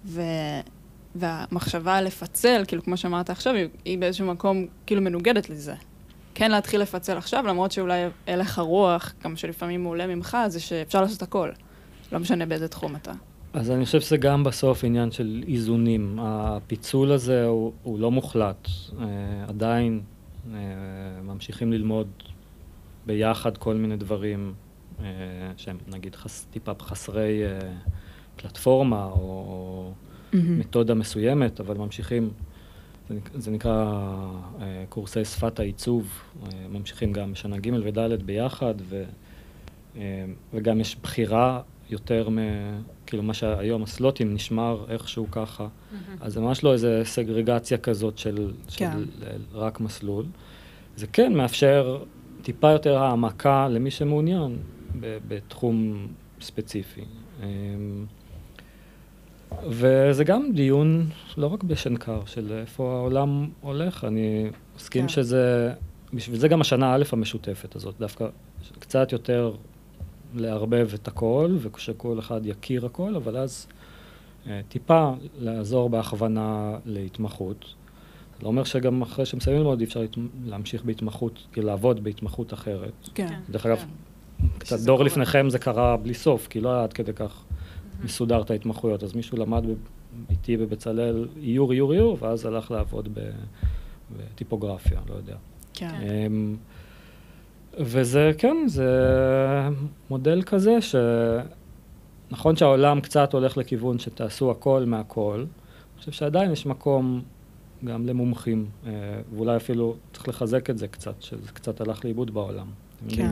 והמחשבה לפצל, כאילו כמו שאמרת עכשיו, היא באיזשהו מקום כאילו מנוגדת לזה. כן להתחיל לפצל עכשיו, למרות שאולי הלך הרוח, גם שלפעמים מעולה ממך, זה שאפשר לעשות הכל. לא משנה באיזה תחום אתה. אז אני חושב שזה גם בסוף עניין של איזונים. הפיצול הזה הוא לא מוחלט. עדיין ממשיכים ללמוד ביחד כל מיני דברים שהם נגיד טיפה חסרי פלטפורמה או מתודה מסוימת, אבל ממשיכים, זה נקרא קורסי שפת העיצוב, ממשיכים גם בשנה ג' וד' ביחד, וגם יש בחירה יותר כאילו מה שהיום הסלוטים נשמר איכשהו ככה, אז זה ממש לא איזו סגרגציה כזאת של רק מסלול. זה כן מאפשר טיפה יותר העמקה למי שמעוניין בתחום ספציפי. וזה גם דיון, לא רק בשנקר, של איפה העולם הולך. אני מסכים שזה, בשביל זה גם השנה א' המשותפת הזאת, דווקא קצת יותר לערבב את הכל, ושכל אחד יכיר הכל, אבל אז טיפה לעזור בהכוונה להתמחות. זה לא אומר שגם אחרי שמסיימים ללמוד, אי אפשר להמשיך בהתמחות, כי לעבוד בהתמחות אחרת. כן. דרך אגב, קצת דור לפניכם זה קרה בלי סוף, כי לא היה עד כדי כך מסודר את ההתמחויות. אז מישהו למד איתי בבצלאל איור, ואז הלך לעבוד בטיפוגרפיה, לא יודע. כן. וזה, כן, זה מודל כזה נכון שהעולם קצת הולך לכיוון שתעשו הכל מהכל. אני חושב שעדיין יש מקום גם למומחים, ואולי אפילו צריך לחזק את זה קצת, שזה קצת הלך לאיבוד בעולם. כן.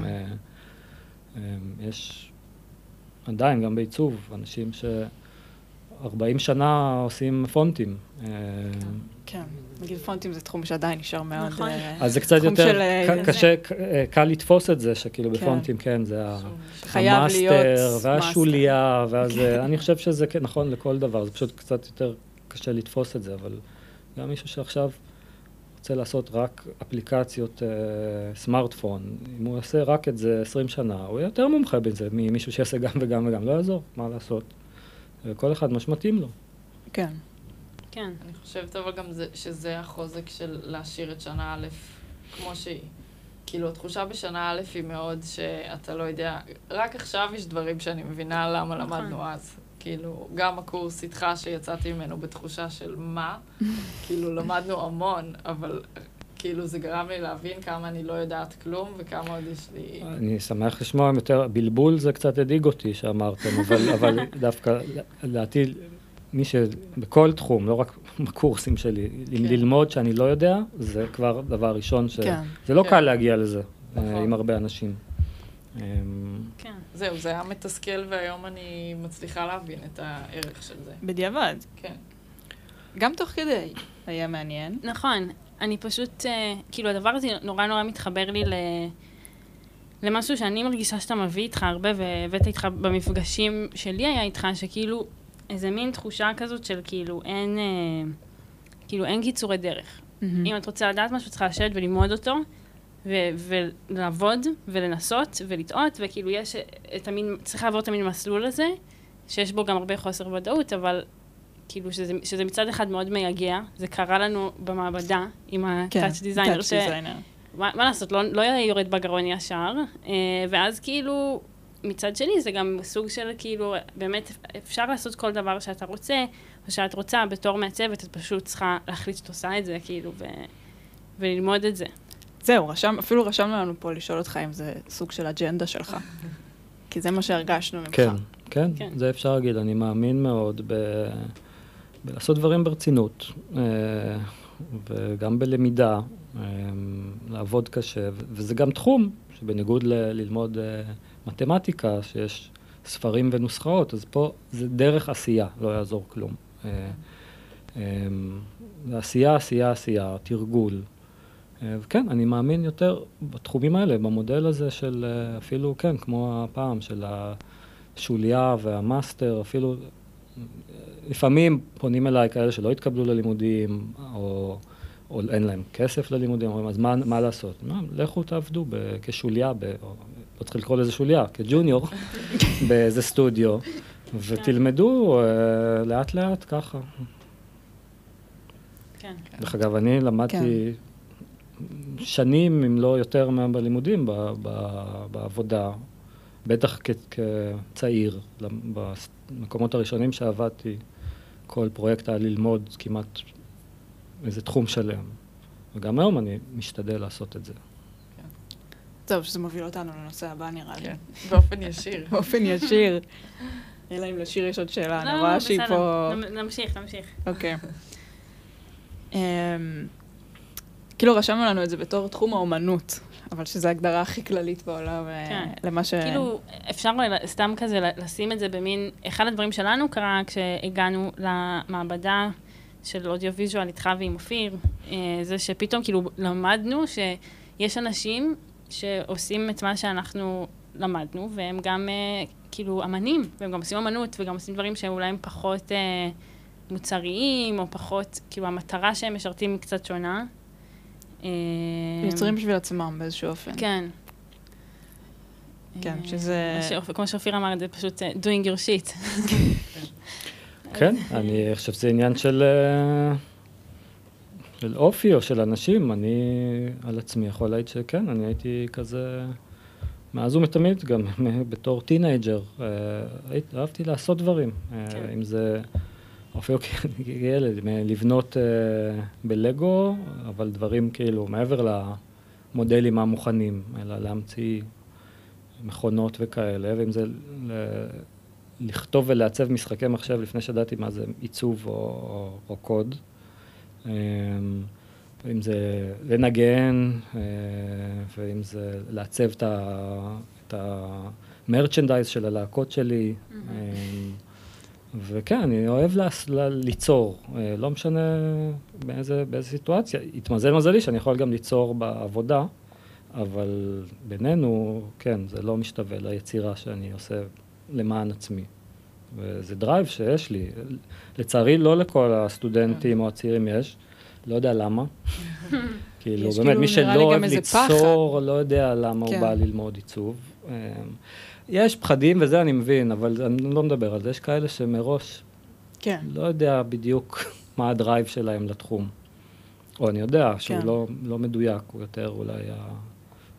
יש עדיין גם בעיצוב, אנשים ש40 שנה עושים פונטים. כן, נגיד פונטים זה תחום שעדיין נשאר מאוד... אז זה קצת יותר קשה, קל לתפוס את זה, שכאילו בפונטים, כן, זה המאסטר והשוליה, אני חושב שזה נכון לכל דבר, זה פשוט קצת יותר קשה לתפוס את זה, אבל גם מישהו שעכשיו רוצה לעשות רק אפליקציות סמארטפון, אם הוא יעשה רק את זה 20 שנה, הוא יותר מומחה בזה ממישהו שיעשה גם וגם וגם, לא יעזור, מה לעשות. כל אחד מה שמתאים לו. כן. כן. אני חושבת אבל גם שזה החוזק של להשאיר את שנה א' כמו שהיא. כאילו, התחושה בשנה א' היא מאוד שאתה לא יודע, רק עכשיו יש דברים שאני מבינה למה למדנו אז. כאילו, גם הקורס איתך שיצאתי ממנו בתחושה של מה, כאילו, למדנו המון, אבל כאילו, זה גרם לי להבין כמה אני לא יודעת כלום וכמה עוד יש לי... אני שמח לשמוע יותר, בלבול זה קצת הדאיג אותי שאמרתם, אבל דווקא לדעתי, מי שבכל תחום, לא רק בקורסים שלי, אם ללמוד שאני לא יודע, זה כבר דבר ראשון זה לא קל להגיע לזה עם הרבה אנשים. כן. זהו, זה היה מתסכל והיום אני מצליחה להבין את הערך של זה. בדיעבד. כן. גם תוך כדי היה מעניין. נכון. אני פשוט, כאילו הדבר הזה נורא מתחבר לי למשהו שאני מרגישה שאתה מביא איתך הרבה, והבאת איתך במפגשים שלי היה איתך, שכאילו איזה מין תחושה כזאת של כאילו אין קיצורי דרך. אם את רוצה לדעת משהו, צריכה לשבת וללמוד אותו, ולעבוד, ולנסות, ולטעות, וכאילו יש את המין, צריך לעבור את המין מסלול הזה, שיש בו גם הרבה חוסר ודאות, אבל כאילו שזה מצד אחד מאוד מייגע. זה קרה לנו במעבדה עם הטאץ' דיזיינר, מה לעשות, לא יורד בגרון ישר, ואז כאילו מצד שני זה גם סוג של כאילו, באמת אפשר לעשות כל דבר שאתה רוצה, או שאת רוצה בתור מעצבת, את פשוט צריכה להחליט שאת עושה את זה, כאילו, וללמוד את זה. זהו, אפילו רשמנו לנו פה לשאול אותך אם זה סוג של אג'נדה שלך. כי זה מה שהרגשנו ממך. כן, זה אפשר להגיד. אני מאמין מאוד בלעשות דברים ברצינות, וגם בלמידה, לעבוד קשה, וזה גם תחום שבניגוד ללמוד מתמטיקה, שיש ספרים ונוסחאות, אז פה זה דרך עשייה, לא יעזור כלום. עשייה, תרגול. וכן, אני מאמין יותר בתחומים האלה, במודל הזה של אפילו, כן, כמו הפעם, של השוליה והמאסטר, אפילו לפעמים פונים אליי כאלה שלא התקבלו ללימודים, או אין להם כסף ללימודים, אומרים, אז מה לעשות? לכו תעבדו כשוליה, לא צריך לקרוא לזה שוליה, כג'וניור, באיזה סטודיו, ותלמדו לאט לאט ככה. כן. דרך אגב, אני למדתי שנים, אם לא יותר בלימודים, בעבודה, בטח כצעיר, במקומות הראשונים שעבדתי, כל פרויקט היה ללמוד כמעט איזה תחום שלם. וגם היום אני משתדל לעשות את זה. טוב, שזה מוביל אותנו לנושא הבא, נראה לי. באופן ישיר. באופן ישיר. אלא אם לשיר יש עוד שאלה, אני רואה שהיא פה... נמשיך. אוקיי. כאילו רשמנו לנו את זה בתור תחום האומנות, אבל שזו ההגדרה הכי כללית בעולם למה ש... כאילו, אפשר סתם כזה לשים את זה במין... אחד הדברים שלנו קרה כשהגענו למעבדה של אודיו-ויז'ואל איתך ועם אופיר, זה שפתאום כאילו למדנו שיש אנשים שעושים את מה שאנחנו למדנו, והם גם כאילו אמנים, והם גם עושים אמנות, וגם עושים דברים שאולי הם פחות מוצריים, או פחות, כאילו המטרה שהם משרתים היא קצת שונה. יוצרים בשביל עצמם באיזשהו אופן. כן. כן, שזה... כמו שאופיר אמר, זה פשוט doing your shit. כן, אני חושב שזה עניין של אופי או של אנשים. אני על עצמי יכול להגיד שכן, אני הייתי כזה, מאז ומתמיד, גם בתור טינאג'ר, אהבתי לעשות דברים. אם זה, אפילו כילד, לבנות בלגו, אבל דברים כאילו מעבר למודלים המוכנים, אלא להמציא מכונות וכאלה, ואם זה לכתוב ולעצב משחקי מחשב לפני שדעתי מה זה עיצוב או קוד. ואם זה לנגן, ואם זה לעצב את המרצ'נדייז של הלהקות שלי. וכן, אני אוהב ליצור, לא משנה באיזה סיטואציה. התמזל מזלי שאני יכול גם ליצור בעבודה, אבל בינינו, כן, זה לא משתווה ליצירה שאני עושה למען עצמי. וזה דרייב שיש לי. לצערי, לא לכל הסטודנטים או הצעירים יש. לא יודע למה. כאילו, באמת, מי שלא אוהב ליצור, לא יודע למה הוא בא ללמוד עיצוב. יש פחדים וזה אני מבין, אבל אני לא מדבר על זה. יש כאלה שמראש לא יודע בדיוק מה הדרייב שלהם לתחום. או אני יודע שהוא לא מדויק, הוא יותר אולי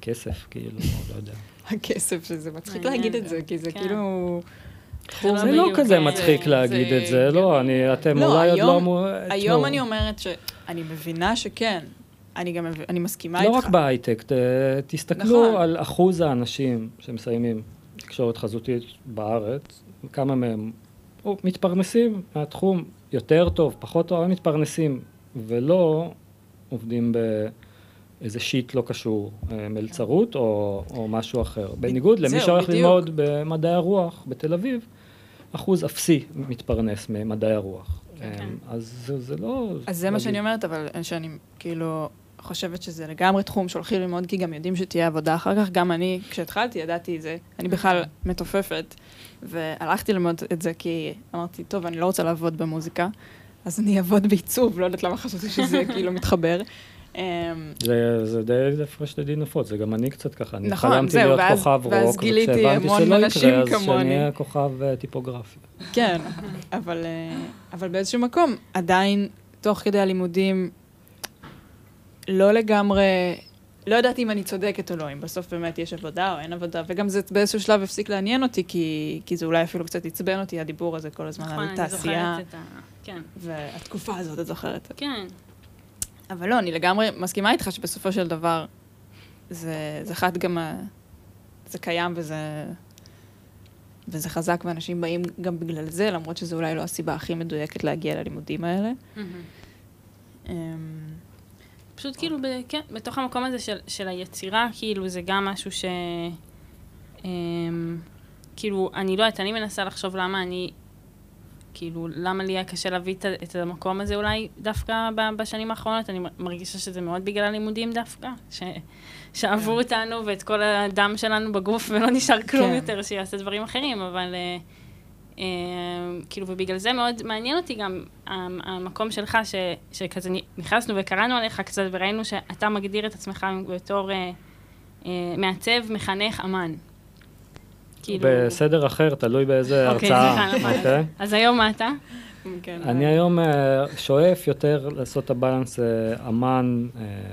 הכסף, כאילו, לא יודע. הכסף, שזה מצחיק להגיד את זה, כי זה כאילו... זה לא כזה מצחיק להגיד את זה, לא, אתם אולי עוד לא אמרו... היום אני אומרת שאני מבינה שכן, אני מסכימה איתך. לא רק בהייטק, תסתכלו על אחוז האנשים שמסיימים תקשורת חזותית בארץ, כמה מהם מתפרנסים מהתחום יותר טוב, פחות טוב, אבל מתפרנסים, ולא עובדים באיזה שיט לא קשור, מלצרות או משהו אחר. בניגוד למי שהולך ללמוד במדעי הרוח בתל אביב, אחוז אפסי מתפרנס ממדעי הרוח. אז זה לא... אז זה מה שאני אומרת, אבל שאני כאילו חושבת שזה לגמרי תחום שהולכים ללמוד, כי גם יודעים שתהיה עבודה אחר כך. גם אני, כשהתחלתי, ידעתי את זה. אני בכלל מתופפת, והלכתי ללמוד את זה כי אמרתי, טוב, אני לא רוצה לעבוד במוזיקה, אז אני אעבוד בעיצוב, לא יודעת למה חשבתי שזה כאילו מתחבר. זה די הפרש די נפוץ, זה גם אני קצת ככה. אני נכון, חלמתי זהו, להיות כוכב רוק, ואז גיליתי המון אנשים אז כמוני. שאני אהיה כוכב טיפוגרפי. כן, אבל באיזשהו מקום, עדיין, תוך כדי הלימודים, לא לגמרי, לא ידעתי אם אני צודקת או לא, אם בסוף באמת יש עבודה או אין עבודה, וגם זה באיזשהו שלב הפסיק לעניין אותי, כי זה אולי אפילו קצת עצבן אותי, הדיבור הזה כל הזמן על תעשייה. כן. והתקופה הזאת, את זוכרת. כן. אבל לא, אני לגמרי מסכימה איתך שבסופו של דבר, זה חד גם, זה קיים וזה חזק, ואנשים באים גם בגלל זה, למרות שזו אולי לא הסיבה הכי מדויקת להגיע ללימודים האלה. פשוט כאילו, כן, בתוך המקום הזה של היצירה, כאילו זה גם משהו כאילו, אני לא יודעת, אני מנסה לחשוב למה כאילו, למה לי היה קשה להביא את המקום הזה אולי דווקא בשנים האחרונות? אני מרגישה שזה מאוד בגלל הלימודים דווקא, שעברו אותנו ואת כל הדם שלנו בגוף, ולא נשאר כלום יותר שיעשה דברים אחרים, אבל כאילו, ובגלל זה מאוד מעניין אותי גם המקום שלך, שכזה נכנסנו וקראנו עליך קצת, וראינו שאתה מגדיר את עצמך בתור מעצב, מחנך, אמן. בסדר אחר, תלוי באיזה הרצאה. אוקיי. אז היום מה אתה? אני היום שואף יותר לעשות את הבלנס אמן,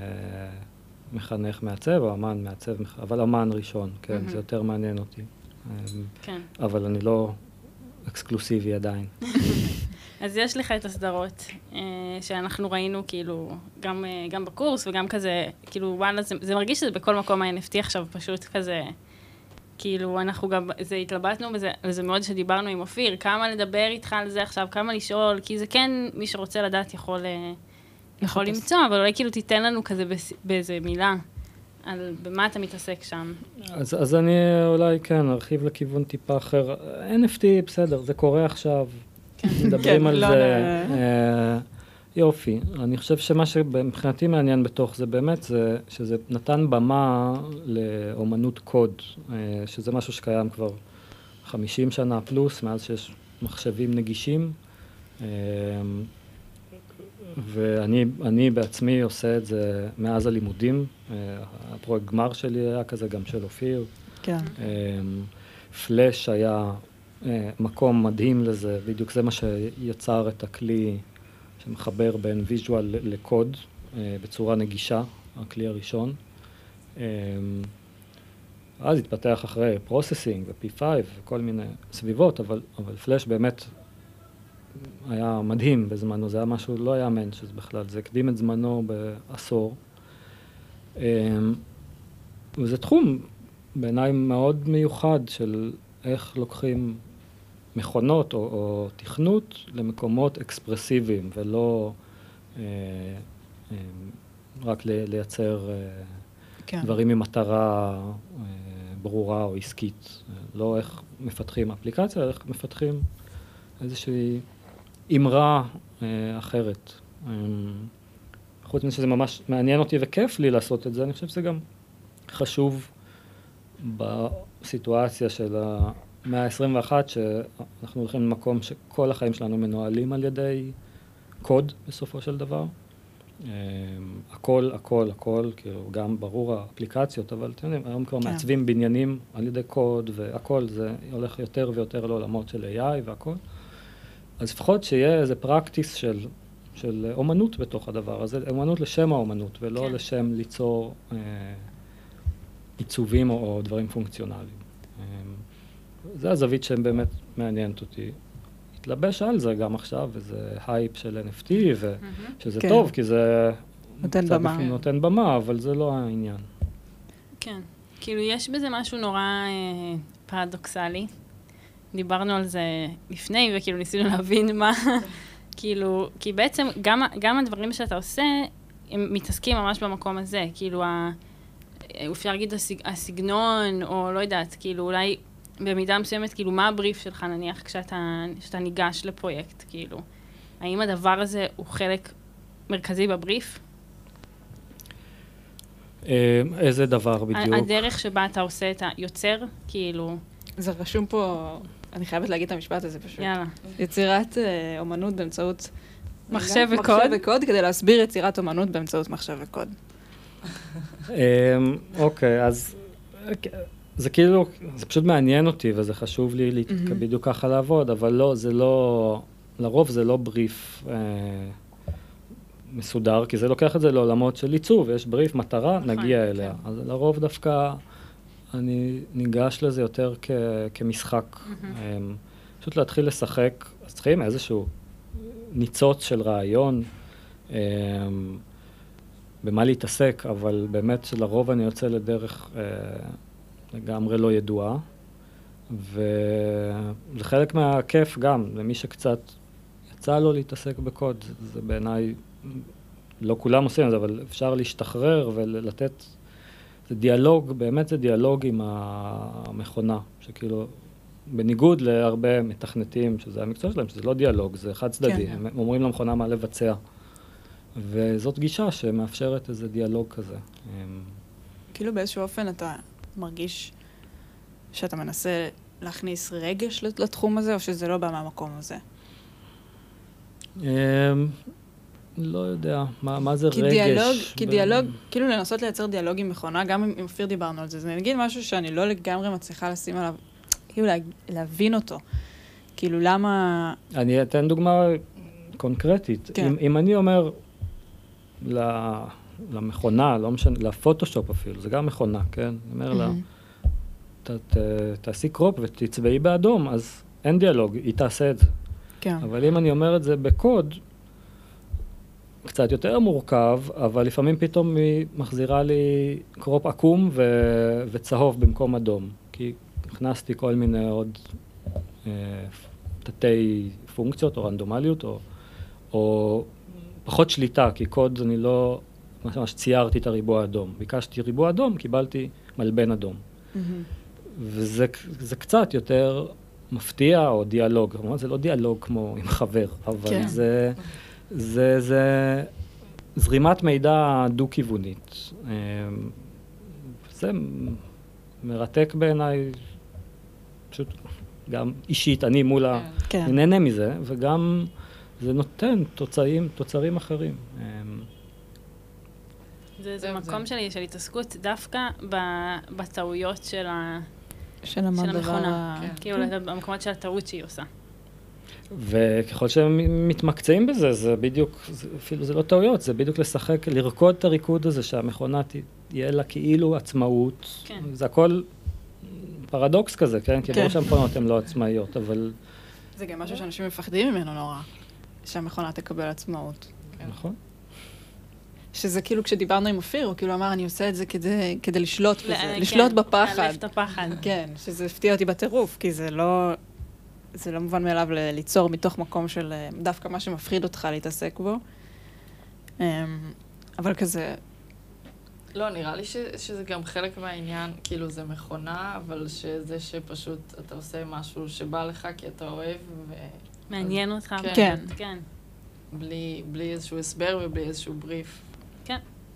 מחנך מעצב, או אמן מעצב, אבל אמן ראשון, כן, זה יותר מעניין אותי. אבל אני לא אקסקלוסיבי עדיין. אז יש לך את הסדרות שאנחנו ראינו כאילו גם בקורס וגם כזה, כאילו וואלה, זה מרגיש שזה בכל מקום ה-NFT עכשיו פשוט כזה, כאילו אנחנו גם, זה התלבטנו וזה מאוד שדיברנו עם אופיר, כמה לדבר איתך על זה עכשיו, כמה לשאול, כי זה כן מי שרוצה לדעת יכול למצוא, אבל אולי כאילו תיתן לנו כזה באיזה מילה. על במה אתה מתעסק שם? אז אני אולי כן, ארחיב לכיוון טיפה אחר. NFT, בסדר, זה קורה עכשיו. מדברים על זה. יופי. אני חושב שמה שמבחינתי מעניין בתוך זה באמת, שזה נתן במה לאומנות קוד, שזה משהו שקיים כבר 50 שנה פלוס, מאז שיש מחשבים נגישים. ואני בעצמי עושה את זה מאז הלימודים. הפרויקט גמר שלי היה כזה, גם של אופיר. כן. פלאש היה מקום מדהים לזה, בדיוק זה מה שיצר את הכלי שמחבר בין ויז'ואל לקוד בצורה נגישה, הכלי הראשון. אז התפתח אחרי פרוססינג ו-P5 וכל מיני סביבות, אבל פלאש באמת היה מדהים בזמנו, זה היה משהו, לא היה אמן שזה בכלל, זה הקדים את זמנו בעשור. וזה תחום בעיניי מאוד מיוחד של איך לוקחים מכונות או תכנות למקומות אקספרסיביים, ולא רק לייצר דברים ממטרה ברורה או עסקית. לא איך מפתחים אפליקציה, איך מפתחים איזושהי אמרה אחרת. חוץ מזה שזה ממש מעניין אותי וכיף לי לעשות את זה, אני חושב שזה גם חשוב בסיטואציה של המאה ה-21, שאנחנו הולכים למקום שכל החיים שלנו מנוהלים על ידי קוד בסופו של דבר. הכל, כאילו גם ברור האפליקציות, אבל אתם יודעים, היום כבר מעצבים בניינים על ידי קוד, והכל זה הולך יותר ויותר לעולמות של AI והכל. אז לפחות שיהיה איזה פרקטיס של אומנות בתוך הדבר הזה, אומנות לשם האומנות, ולא לשם ליצור עיצובים או דברים פונקציונליים. זה הזווית שהם באמת מעניינת אותי. התלבש על זה גם עכשיו, וזה הייפ של NFT, ושזה טוב, כי זה נותן במה, אבל זה לא העניין. כן, כאילו יש בזה משהו נורא פרדוקסלי. דיברנו על זה לפני, וכאילו ניסינו להבין מה, כאילו, כי בעצם גם הדברים שאתה עושה, הם מתעסקים ממש במקום הזה, כאילו, אפשר להגיד הסגנון, או לא יודעת, כאילו, אולי במידה מסוימת, כאילו, מה הבריף שלך, נניח, כשאתה ניגש לפרויקט, כאילו, האם הדבר הזה הוא חלק מרכזי בבריף? איזה דבר בדיוק? הדרך שבה אתה עושה את היוצר, כאילו... זה רשום פה, אני חייבת להגיד את המשפט הזה פשוט. יאללה. יצירת אומנות באמצעות... מחשב וקוד. מחשב וקוד, כדי להסביר יצירת אומנות באמצעות מחשב וקוד. אוקיי, אז זה כאילו, זה פשוט מעניין אותי, וזה חשוב לי בדיוק ככה לעבוד, אבל לא, זה לא, לרוב זה לא בריף מסודר, כי זה לוקח את זה לעולמות של עיצוב, יש בריף, מטרה, נגיע אליה. אז לרוב דווקא אני ניגש לזה יותר כמשחק. פשוט להתחיל לשחק, אז צריכים איזשהו ניצוץ של רעיון, במה להתעסק, אבל באמת שלרוב אני יוצא לדרך לגמרי לא ידועה, וזה חלק מהכיף גם, למי שקצת יצא לו להתעסק בקוד, זה בעיניי, לא כולם עושים את זה, אבל אפשר להשתחרר ולתת, זה דיאלוג, באמת זה דיאלוג עם המכונה, שכאילו, בניגוד להרבה מתכנתים, שזה המקצוע שלהם, שזה לא דיאלוג, זה חד צדדי, הם אומרים למכונה מה לבצע. וזאת גישה שמאפשרת איזה דיאלוג כזה. כאילו באיזשהו אופן אתה מרגיש שאתה מנסה להכניס רגש לתחום הזה, או שזה לא בא מהמקום הזה? לא יודע, מה זה רגש? כי דיאלוג, כאילו לנסות לייצר דיאלוג עם מכונה, גם עם אופיר דיברנו על זה, זה נגיד משהו שאני לא לגמרי מצליחה לשים עליו, כאילו להבין אותו. כאילו למה... אני אתן דוגמה קונקרטית. אם אני אומר למכונה, לא משנה, לפוטושופ אפילו, זה גם מכונה, כן? אני אומר לה, תעשי קרופ ותצבעי באדום, אז אין דיאלוג, היא תעשה את זה. כן. אבל אם אני אומר את זה בקוד, קצת יותר מורכב, אבל לפעמים פתאום היא מחזירה לי קרופ עקום וצהוב במקום אדום. כי הכנסתי כל מיני עוד תתי פונקציות או רנדומליות, או פחות שליטה, כי קוד אני לא, ממש ציירתי את הריבוע האדום. ביקשתי ריבוע אדום, קיבלתי מלבן אדום. וזה קצת יותר מפתיע או דיאלוג. כלומר, זה לא דיאלוג כמו עם חבר, אבל זה זרימת מידע דו-כיוונית. זה מרתק בעיניי, פשוט גם אישית, אני מול אני נהנה מזה, וגם זה נותן תוצרים אחרים. זה מקום של התעסקות דווקא בטעויות של המכונה. כאילו, במקומות של הטעות שהיא עושה. וככל שהם מתמקצעים בזה, זה בדיוק, אפילו זה לא טעויות, זה בדיוק לשחק, לרקוד את הריקוד הזה, שהמכונה תהיה לה כאילו עצמאות. זה הכל פרדוקס כזה, כן? כי ברור שהמכונות הן לא עצמאיות, אבל... זה גם משהו שאנשים מפחדים ממנו נורא, שהמכונה תקבל עצמאות. נכון. שזה כאילו כשדיברנו עם אופיר, הוא כאילו אמר, אני עושה את זה כדי לשלוט בזה, לשלוט בפחד. להלף את הפחד. כן, שזה הפתיע אותי בטירוף, כי זה לא מובן מאליו ליצור מתוך מקום של דווקא מה שמפחיד אותך להתעסק בו. אבל כזה... לא, נראה לי שזה גם חלק מהעניין, כאילו זה מכונה, אבל שזה שפשוט אתה עושה משהו שבא לך כי אתה אוהב מעניין אותך. כן. כן. בלי איזשהו הסבר ובלי איזשהו בריף. כן.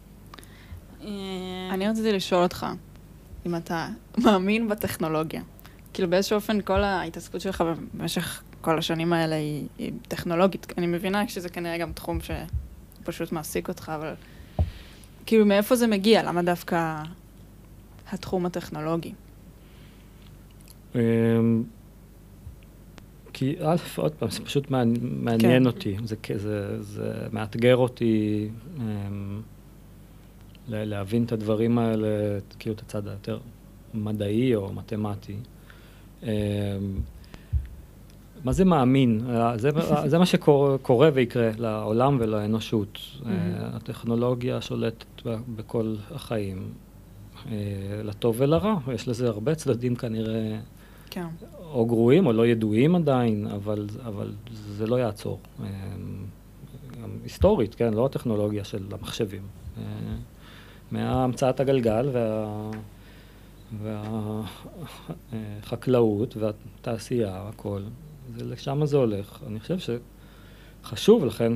אני רציתי לשאול אותך, אם אתה מאמין בטכנולוגיה. כאילו באיזשהו אופן כל ההתעסקות שלך במשך כל השנים האלה היא טכנולוגית. אני מבינה שזה כנראה גם תחום שפשוט מעסיק אותך, אבל כאילו מאיפה זה מגיע? למה דווקא התחום הטכנולוגי? כי עוד פעם, זה פשוט מעניין אותי, זה מאתגר אותי להבין את הדברים האלה, כאילו את הצד היותר מדעי או מתמטי. מה זה מאמין? זה מה שקורה ויקרה לעולם ולאנושות. הטכנולוגיה שולטת בכל החיים, לטוב ולרע. יש לזה הרבה צדדים כנראה, או גרועים או לא ידועים עדיין, אבל זה לא יעצור. היסטורית, כן, לא הטכנולוגיה של המחשבים. מהמצאת הגלגל והחקלאות והתעשייה, הכל. לשם זה הולך. אני חושב שחשוב לכן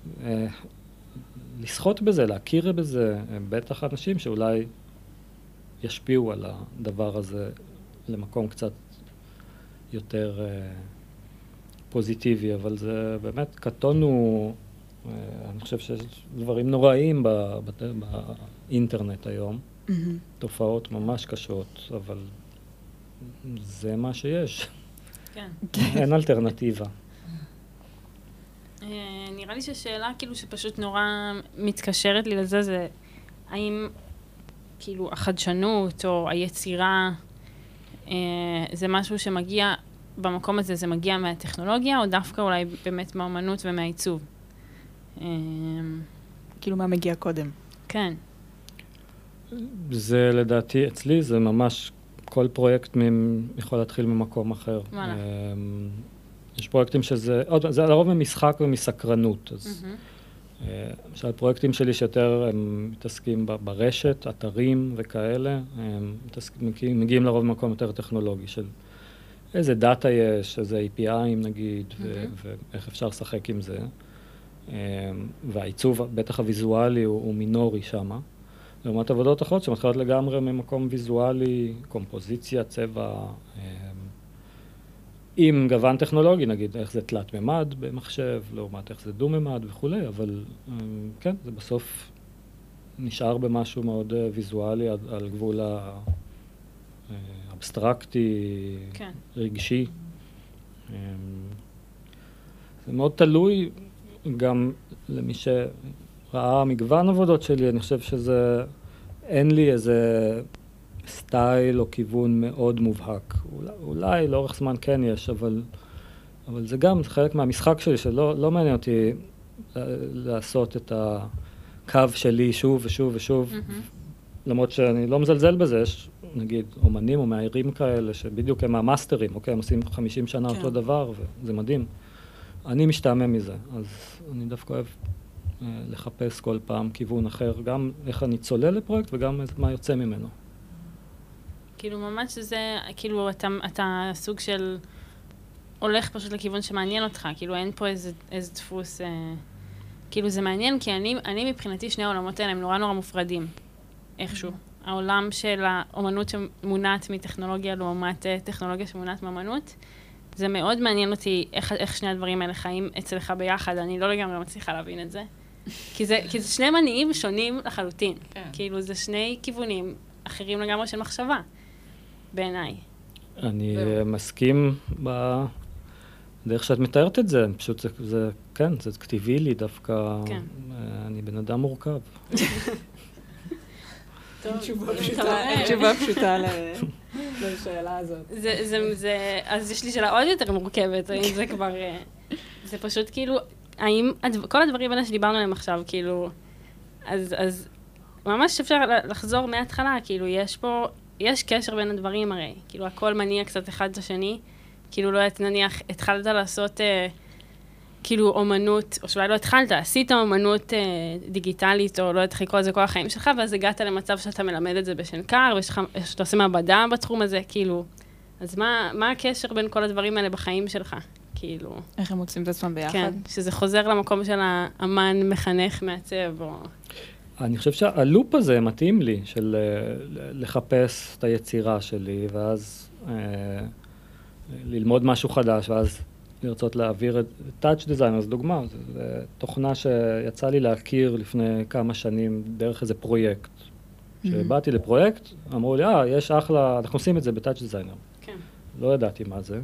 לשחות בזה, להכיר בזה, בטח אנשים שאולי ישפיעו על הדבר הזה למקום קצת יותר פוזיטיבי, אבל זה באמת קטונו, אני חושב שיש דברים נוראים באינטרנט היום, תופעות ממש קשות, אבל זה מה שיש. כן. אין אלטרנטיבה. נראה לי ששאלה כאילו שפשוט נורא מתקשרת לי לזה, זה האם כאילו החדשנות או היצירה זה משהו שמגיע במקום הזה, זה מגיע מהטכנולוגיה או דווקא אולי באמת מהאומנות ומהעיצוב? כאילו מה מגיע קודם? כן. זה לדעתי, אצלי זה ממש, כל פרויקט יכול להתחיל ממקום אחר. יש פרויקטים שזה, זה לרוב ממשחק ומסקרנות, אז למשל, פרויקטים שלי שיותר הם מתעסקים ברשת, אתרים וכאלה, הם מגיעים לרוב במקום יותר טכנולוגי של איזה דאטה יש, איזה API'ים נגיד, ואיך אפשר לשחק עם זה. והעיצוב, בטח הוויזואלי, הוא מינורי שמה. לעומת עבודות אחרות שמתחילות לגמרי ממקום ויזואלי, קומפוזיציה, צבע, עם גוון טכנולוגי, נגיד, איך זה תלת ממד במחשב, לעומת איך זה דו ממד וכולי, אבל כן, זה בסוף נשאר במשהו מאוד ויזואלי, על גבול האבסטרקטי, כן. רגשי. זה מאוד תלוי גם למי שראה מגוון עבודות שלי, אני חושב שזה, אין לי איזה סטייל או כיוון מאוד מובהק. אולי לאורך זמן כן יש, אבל זה גם חלק מהמשחק שלי, שלא מעניין אותי לעשות את הקו שלי שוב ושוב ושוב, למרות שאני לא מזלזל בזה, יש נגיד אומנים או מאיירים כאלה, שבדיוק הם המאסטרים, אוקיי, הם עושים 50 שנה אותו דבר, וזה מדהים. אני משתעמם מזה, אז אני דווקא אוהב לחפש כל פעם כיוון אחר, גם איך אני צולל לפרויקט וגם מה יוצא ממנו. כאילו ממש זה, כאילו אתה סוג של הולך פשוט לכיוון שמעניין אותך, כאילו אין פה איזה דפוס, כאילו זה מעניין, כי אני מבחינתי שני העולמות האלה הם נורא נורא מופרדים, איכשהו. העולם של האומנות שמונעת מטכנולוגיה לעומת טכנולוגיה שמונעת מאמנות, זה מאוד מעניין אותי איך שני הדברים האלה חיים אצלך ביחד, אני לא לגמרי מצליחה להבין את זה. כי זה שני מניעים שונים לחלוטין. כאילו זה שני כיוונים אחרים לגמרי של מחשבה, בעיניי. אני מסכים בדרך שאת מתארת את זה, פשוט זה, כן, זה כתיבי לי דווקא, אני בן אדם מורכב. תשובה פשוטה לשאלה הזאת. אז יש לי שאלה עוד יותר מורכבת, האם זה כבר, זה פשוט כאילו, האם כל הדברים האלה שדיברנו עליהם עכשיו, כאילו, אז ממש אפשר לחזור מההתחלה, כאילו, יש קשר בין הדברים הרי, כאילו, הכל מניע קצת אחד את השני, כאילו, לא נניח, התחלת לעשות, כאילו, אומנות, או שאולי לא התחלת, עשית אומנות דיגיטלית, או לא יודעת איך לקרוא לזה כל החיים שלך, ואז הגעת למצב שאתה מלמד את זה בשנקר, ושאתה עושה מעבדה בתחום הזה, כאילו, אז מה הקשר בין כל הדברים האלה בחיים שלך? כאילו... איך הם מוצאים את עצמם ביחד? כן, שזה חוזר למקום של האמן מחנך מעצב, או... אני חושב שהלופ הזה מתאים לי, של לחפש את היצירה שלי, ואז ללמוד משהו חדש, ואז לרצות להעביר את Touch Design, אז דוגמה, זו תוכנה שיצא לי להכיר לפני כמה שנים דרך איזה פרויקט. כשבאתי לפרויקט, אמרו לי, יש אחלה, אנחנו עושים את זה ב-Touch Designer. כן. לא ידעתי מה זה.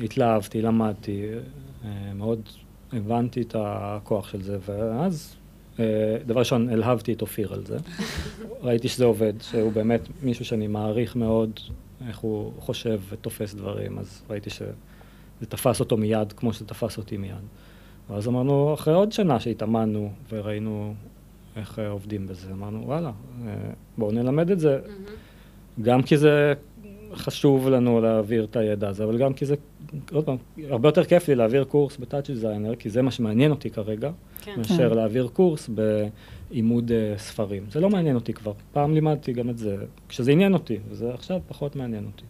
התלהבתי, למדתי, מאוד הבנתי את הכוח של זה, ואז דבר ראשון, אלהבתי את אופיר על זה. ראיתי שזה עובד, שהוא באמת מישהו שאני מעריך מאוד איך הוא חושב ותופס דברים, אז ראיתי שזה תפס אותו מיד כמו שזה תפס אותי מיד. ואז אמרנו, אחרי עוד שנה שהתאמנו וראינו איך עובדים בזה, אמרנו, וואלה, בואו נלמד את זה. גם כי זה חשוב לנו להעביר את הידע הזה, אבל גם כי זה, עוד פעם, הרבה יותר כיף לי להעביר קורס בטאץ' דיזיינר, כי זה מה שמעניין אותי כרגע, מאשר להעביר קורס בעימוד ספרים. זה לא מעניין אותי כבר. פעם לימדתי גם את זה, כשזה עניין אותי, וזה עכשיו פחות מעניין אותי.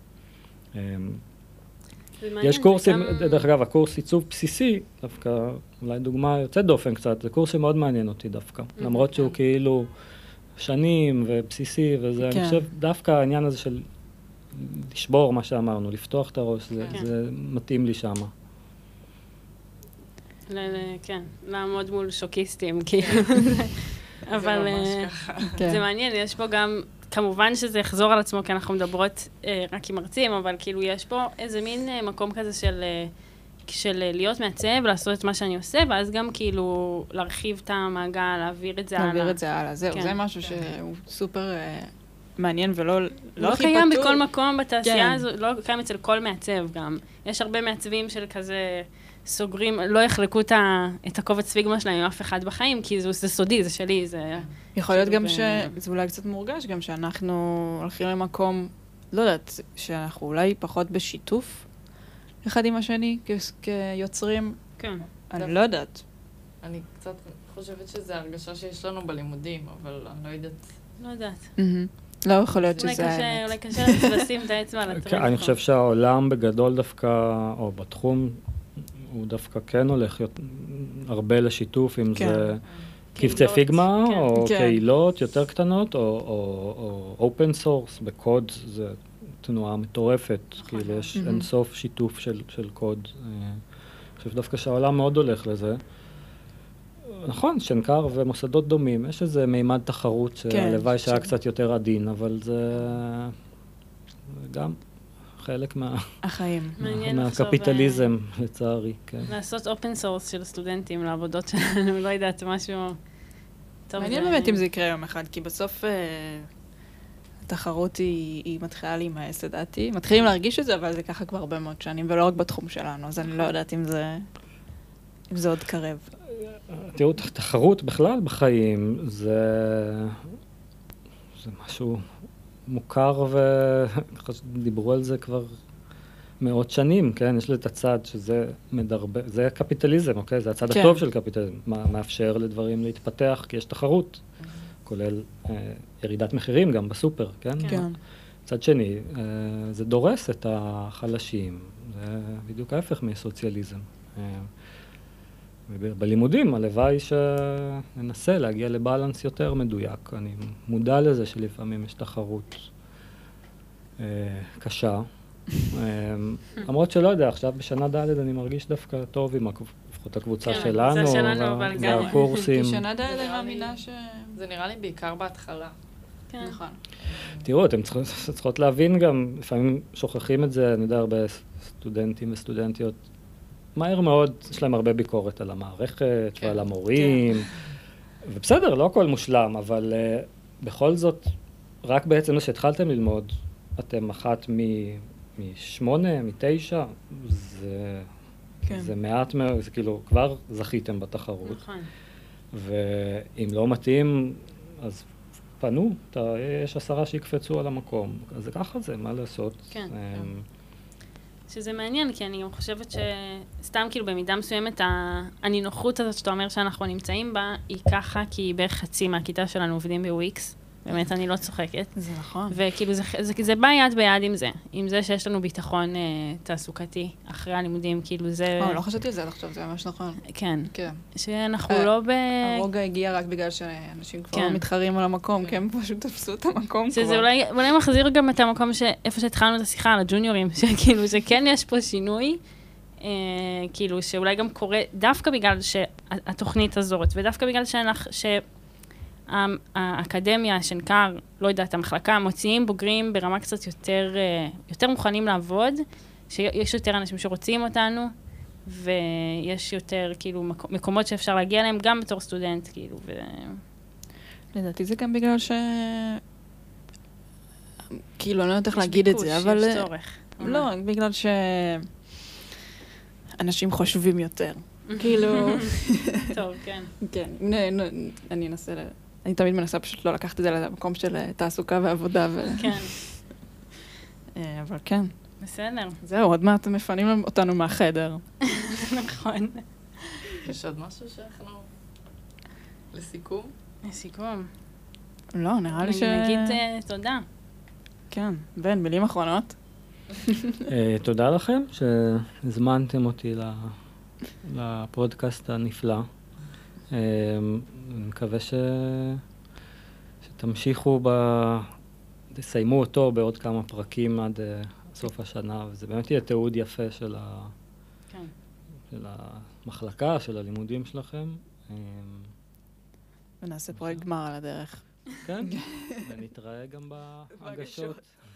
יש קורסים, דרך אגב, הקורס עיצוב בסיסי, דווקא, אולי דוגמה יוצאת דופן קצת, זה קורס שמאוד מעניין אותי דווקא. למרות שהוא כאילו שנים ובסיסי וזה, אני חושב, דווקא העניין הזה של לשבור מה שאמרנו, לפתוח את הראש, זה מתאים לי שמה. כן, לעמוד מול שוקיסטים, כאילו. אבל זה מעניין, יש פה גם, כמובן שזה יחזור על עצמו, כי אנחנו מדברות רק עם מרצים, אבל כאילו יש פה איזה מין מקום כזה של להיות מעצב, לעשות את מה שאני עושה, ואז גם כאילו להרחיב את המעגל, להעביר את זה הלאה. להעביר את זה הלאה, זהו, זה משהו שהוא סופר מעניין ולא לא קיים בכל מקום בתעשייה הזו, לא קיים אצל כל מעצב גם. יש הרבה מעצבים של כזה סוגרים, לא יחלקו את הקובץ פיגמה שלהם עם אף אחד בחיים, כי זה סודי, זה שלי, זה... יכול להיות גם שזה אולי קצת מורגש, גם שאנחנו הולכים למקום, לא יודעת, שאנחנו אולי פחות בשיתוף אחד עם השני, כיוצרים. כן. אני לא יודעת. אני קצת חושבת שזה הרגשה שיש לנו בלימודים, אבל אני לא יודעת. לא יודעת. לא יכול להיות שזה האמת. אולי קשה לשים את האצבע על הטרנד. אני חושב שהעולם בגדול דווקא, או בתחום, הוא דווקא כן הולך הרבה לשיתוף, אם זה קבצי פיגמה, או קהילות יותר קטנות, או אופן סורס, בקוד זה תנועה מטורפת, כאילו יש אינסוף שיתוף של קוד. אני חושב דווקא שהעולם מאוד הולך לזה. נכון, שנקר ומוסדות דומים, יש איזה מימד תחרות שהלוואי שהיה קצת יותר עדין, אבל זה גם חלק החיים. מהקפיטליזם, לצערי. לעשות אופן סורס של סטודנטים לעבודות שלנו, לא יודעת, משהו טוב. מעניין באמת אם זה יקרה יום אחד, כי בסוף התחרות היא מתחילה להימאס, לדעתי. מתחילים להרגיש את זה, אבל זה ככה כבר הרבה מאוד שנים, ולא רק בתחום שלנו, אז אני לא יודעת אם זה עוד קרב. תראו, תחרות בכלל בחיים זה משהו מוכר ודיברו על זה כבר מאות שנים, כן? יש לי את הצד שזה מדרבה, זה קפיטליזם, אוקיי? זה הצד הטוב של קפיטליזם, מאפשר לדברים להתפתח, כי יש תחרות, כולל ירידת מחירים גם בסופר, כן? כן. מצד שני, זה דורס את החלשים, זה בדיוק ההפך מסוציאליזם. בלימודים, הלוואי שננסה להגיע לבלנס יותר מדויק. אני מודע לזה שלפעמים יש תחרות קשה. למרות שלא יודע, עכשיו בשנה ד' אני מרגיש דווקא טוב עם לפחות הקבוצה שלנו, והקורסים. בשנה ד' אני מאמינה זה נראה לי בעיקר בהתחלה. נכון. תראו, אתם צריכות להבין גם, לפעמים שוכחים את זה, אני יודע, הרבה סטודנטים וסטודנטיות, מהר מאוד, יש להם הרבה ביקורת על המערכת ועל המורים, ובסדר, לא הכל מושלם, אבל בכל זאת, רק בעצם זה שהתחלתם ללמוד, אתם אחת מ-8, מ-9, זה מעט מאוד, זה כאילו, כבר זכיתם בתחרות. נכון. ואם לא מתאים, אז פנו, יש 10 שיקפצו על המקום. אז זה ככה זה, מה לעשות? כן. שזה מעניין, כי אני גם חושבת שסתם כאילו במידה מסוימת, הנינוחות הזאת שאתה אומר שאנחנו נמצאים בה, היא ככה, כי בערך חצי מהכיתה שלנו עובדים בוויקס. באמת, אני לא צוחקת. זה נכון. וכאילו, זה בא יד ביד עם זה שיש לנו ביטחון תעסוקתי אחרי הלימודים, כאילו זה... לא חשבתי על זה עכשיו, זה ממש נכון. כן. כן. שאנחנו לא הרוגע הגיע רק בגלל שאנשים כבר מתחרים על המקום, כי הם פשוט תפסו את המקום כבר. שזה אולי מחזיר גם את המקום איפה שהתחלנו את השיחה על הג'וניורים, שכאילו, שכן יש פה שינוי, כאילו, שאולי גם קורה דווקא בגלל שהתוכנית הזאת, ודווקא בגלל האקדמיה, שנקר, לא יודעת, המחלקה, מוציאים בוגרים ברמה קצת יותר מוכנים לעבוד, שיש יותר אנשים שרוצים אותנו, ויש יותר, כאילו, מקומות שאפשר להגיע אליהם גם בתור סטודנט, כאילו, לדעתי זה גם בגלל כאילו, אני לא יודעת איך להגיד את זה, אבל... יש צורך. לא, בגלל שאנשים חושבים יותר. כאילו... טוב, כן. כן, אני אנסה אני תמיד מנסה פשוט לא לקחת את זה למקום של תעסוקה ועבודה כן. אבל כן. בסדר. זהו, עוד מעט מפנים אותנו מהחדר. נכון. יש עוד משהו שאנחנו... לסיכום? לסיכום. לא, נראה לי נגיד תודה. כן, בן, מילים אחרונות. תודה לכם שהזמנתם אותי לפודקאסט הנפלא. אני מקווה שתמשיכו תסיימו אותו בעוד כמה פרקים עד סוף השנה, וזה באמת יהיה תיעוד יפה של המחלקה, של הלימודים שלכם. ונעשה פרויקט גמר על הדרך. כן, ונתראה גם בהגשות.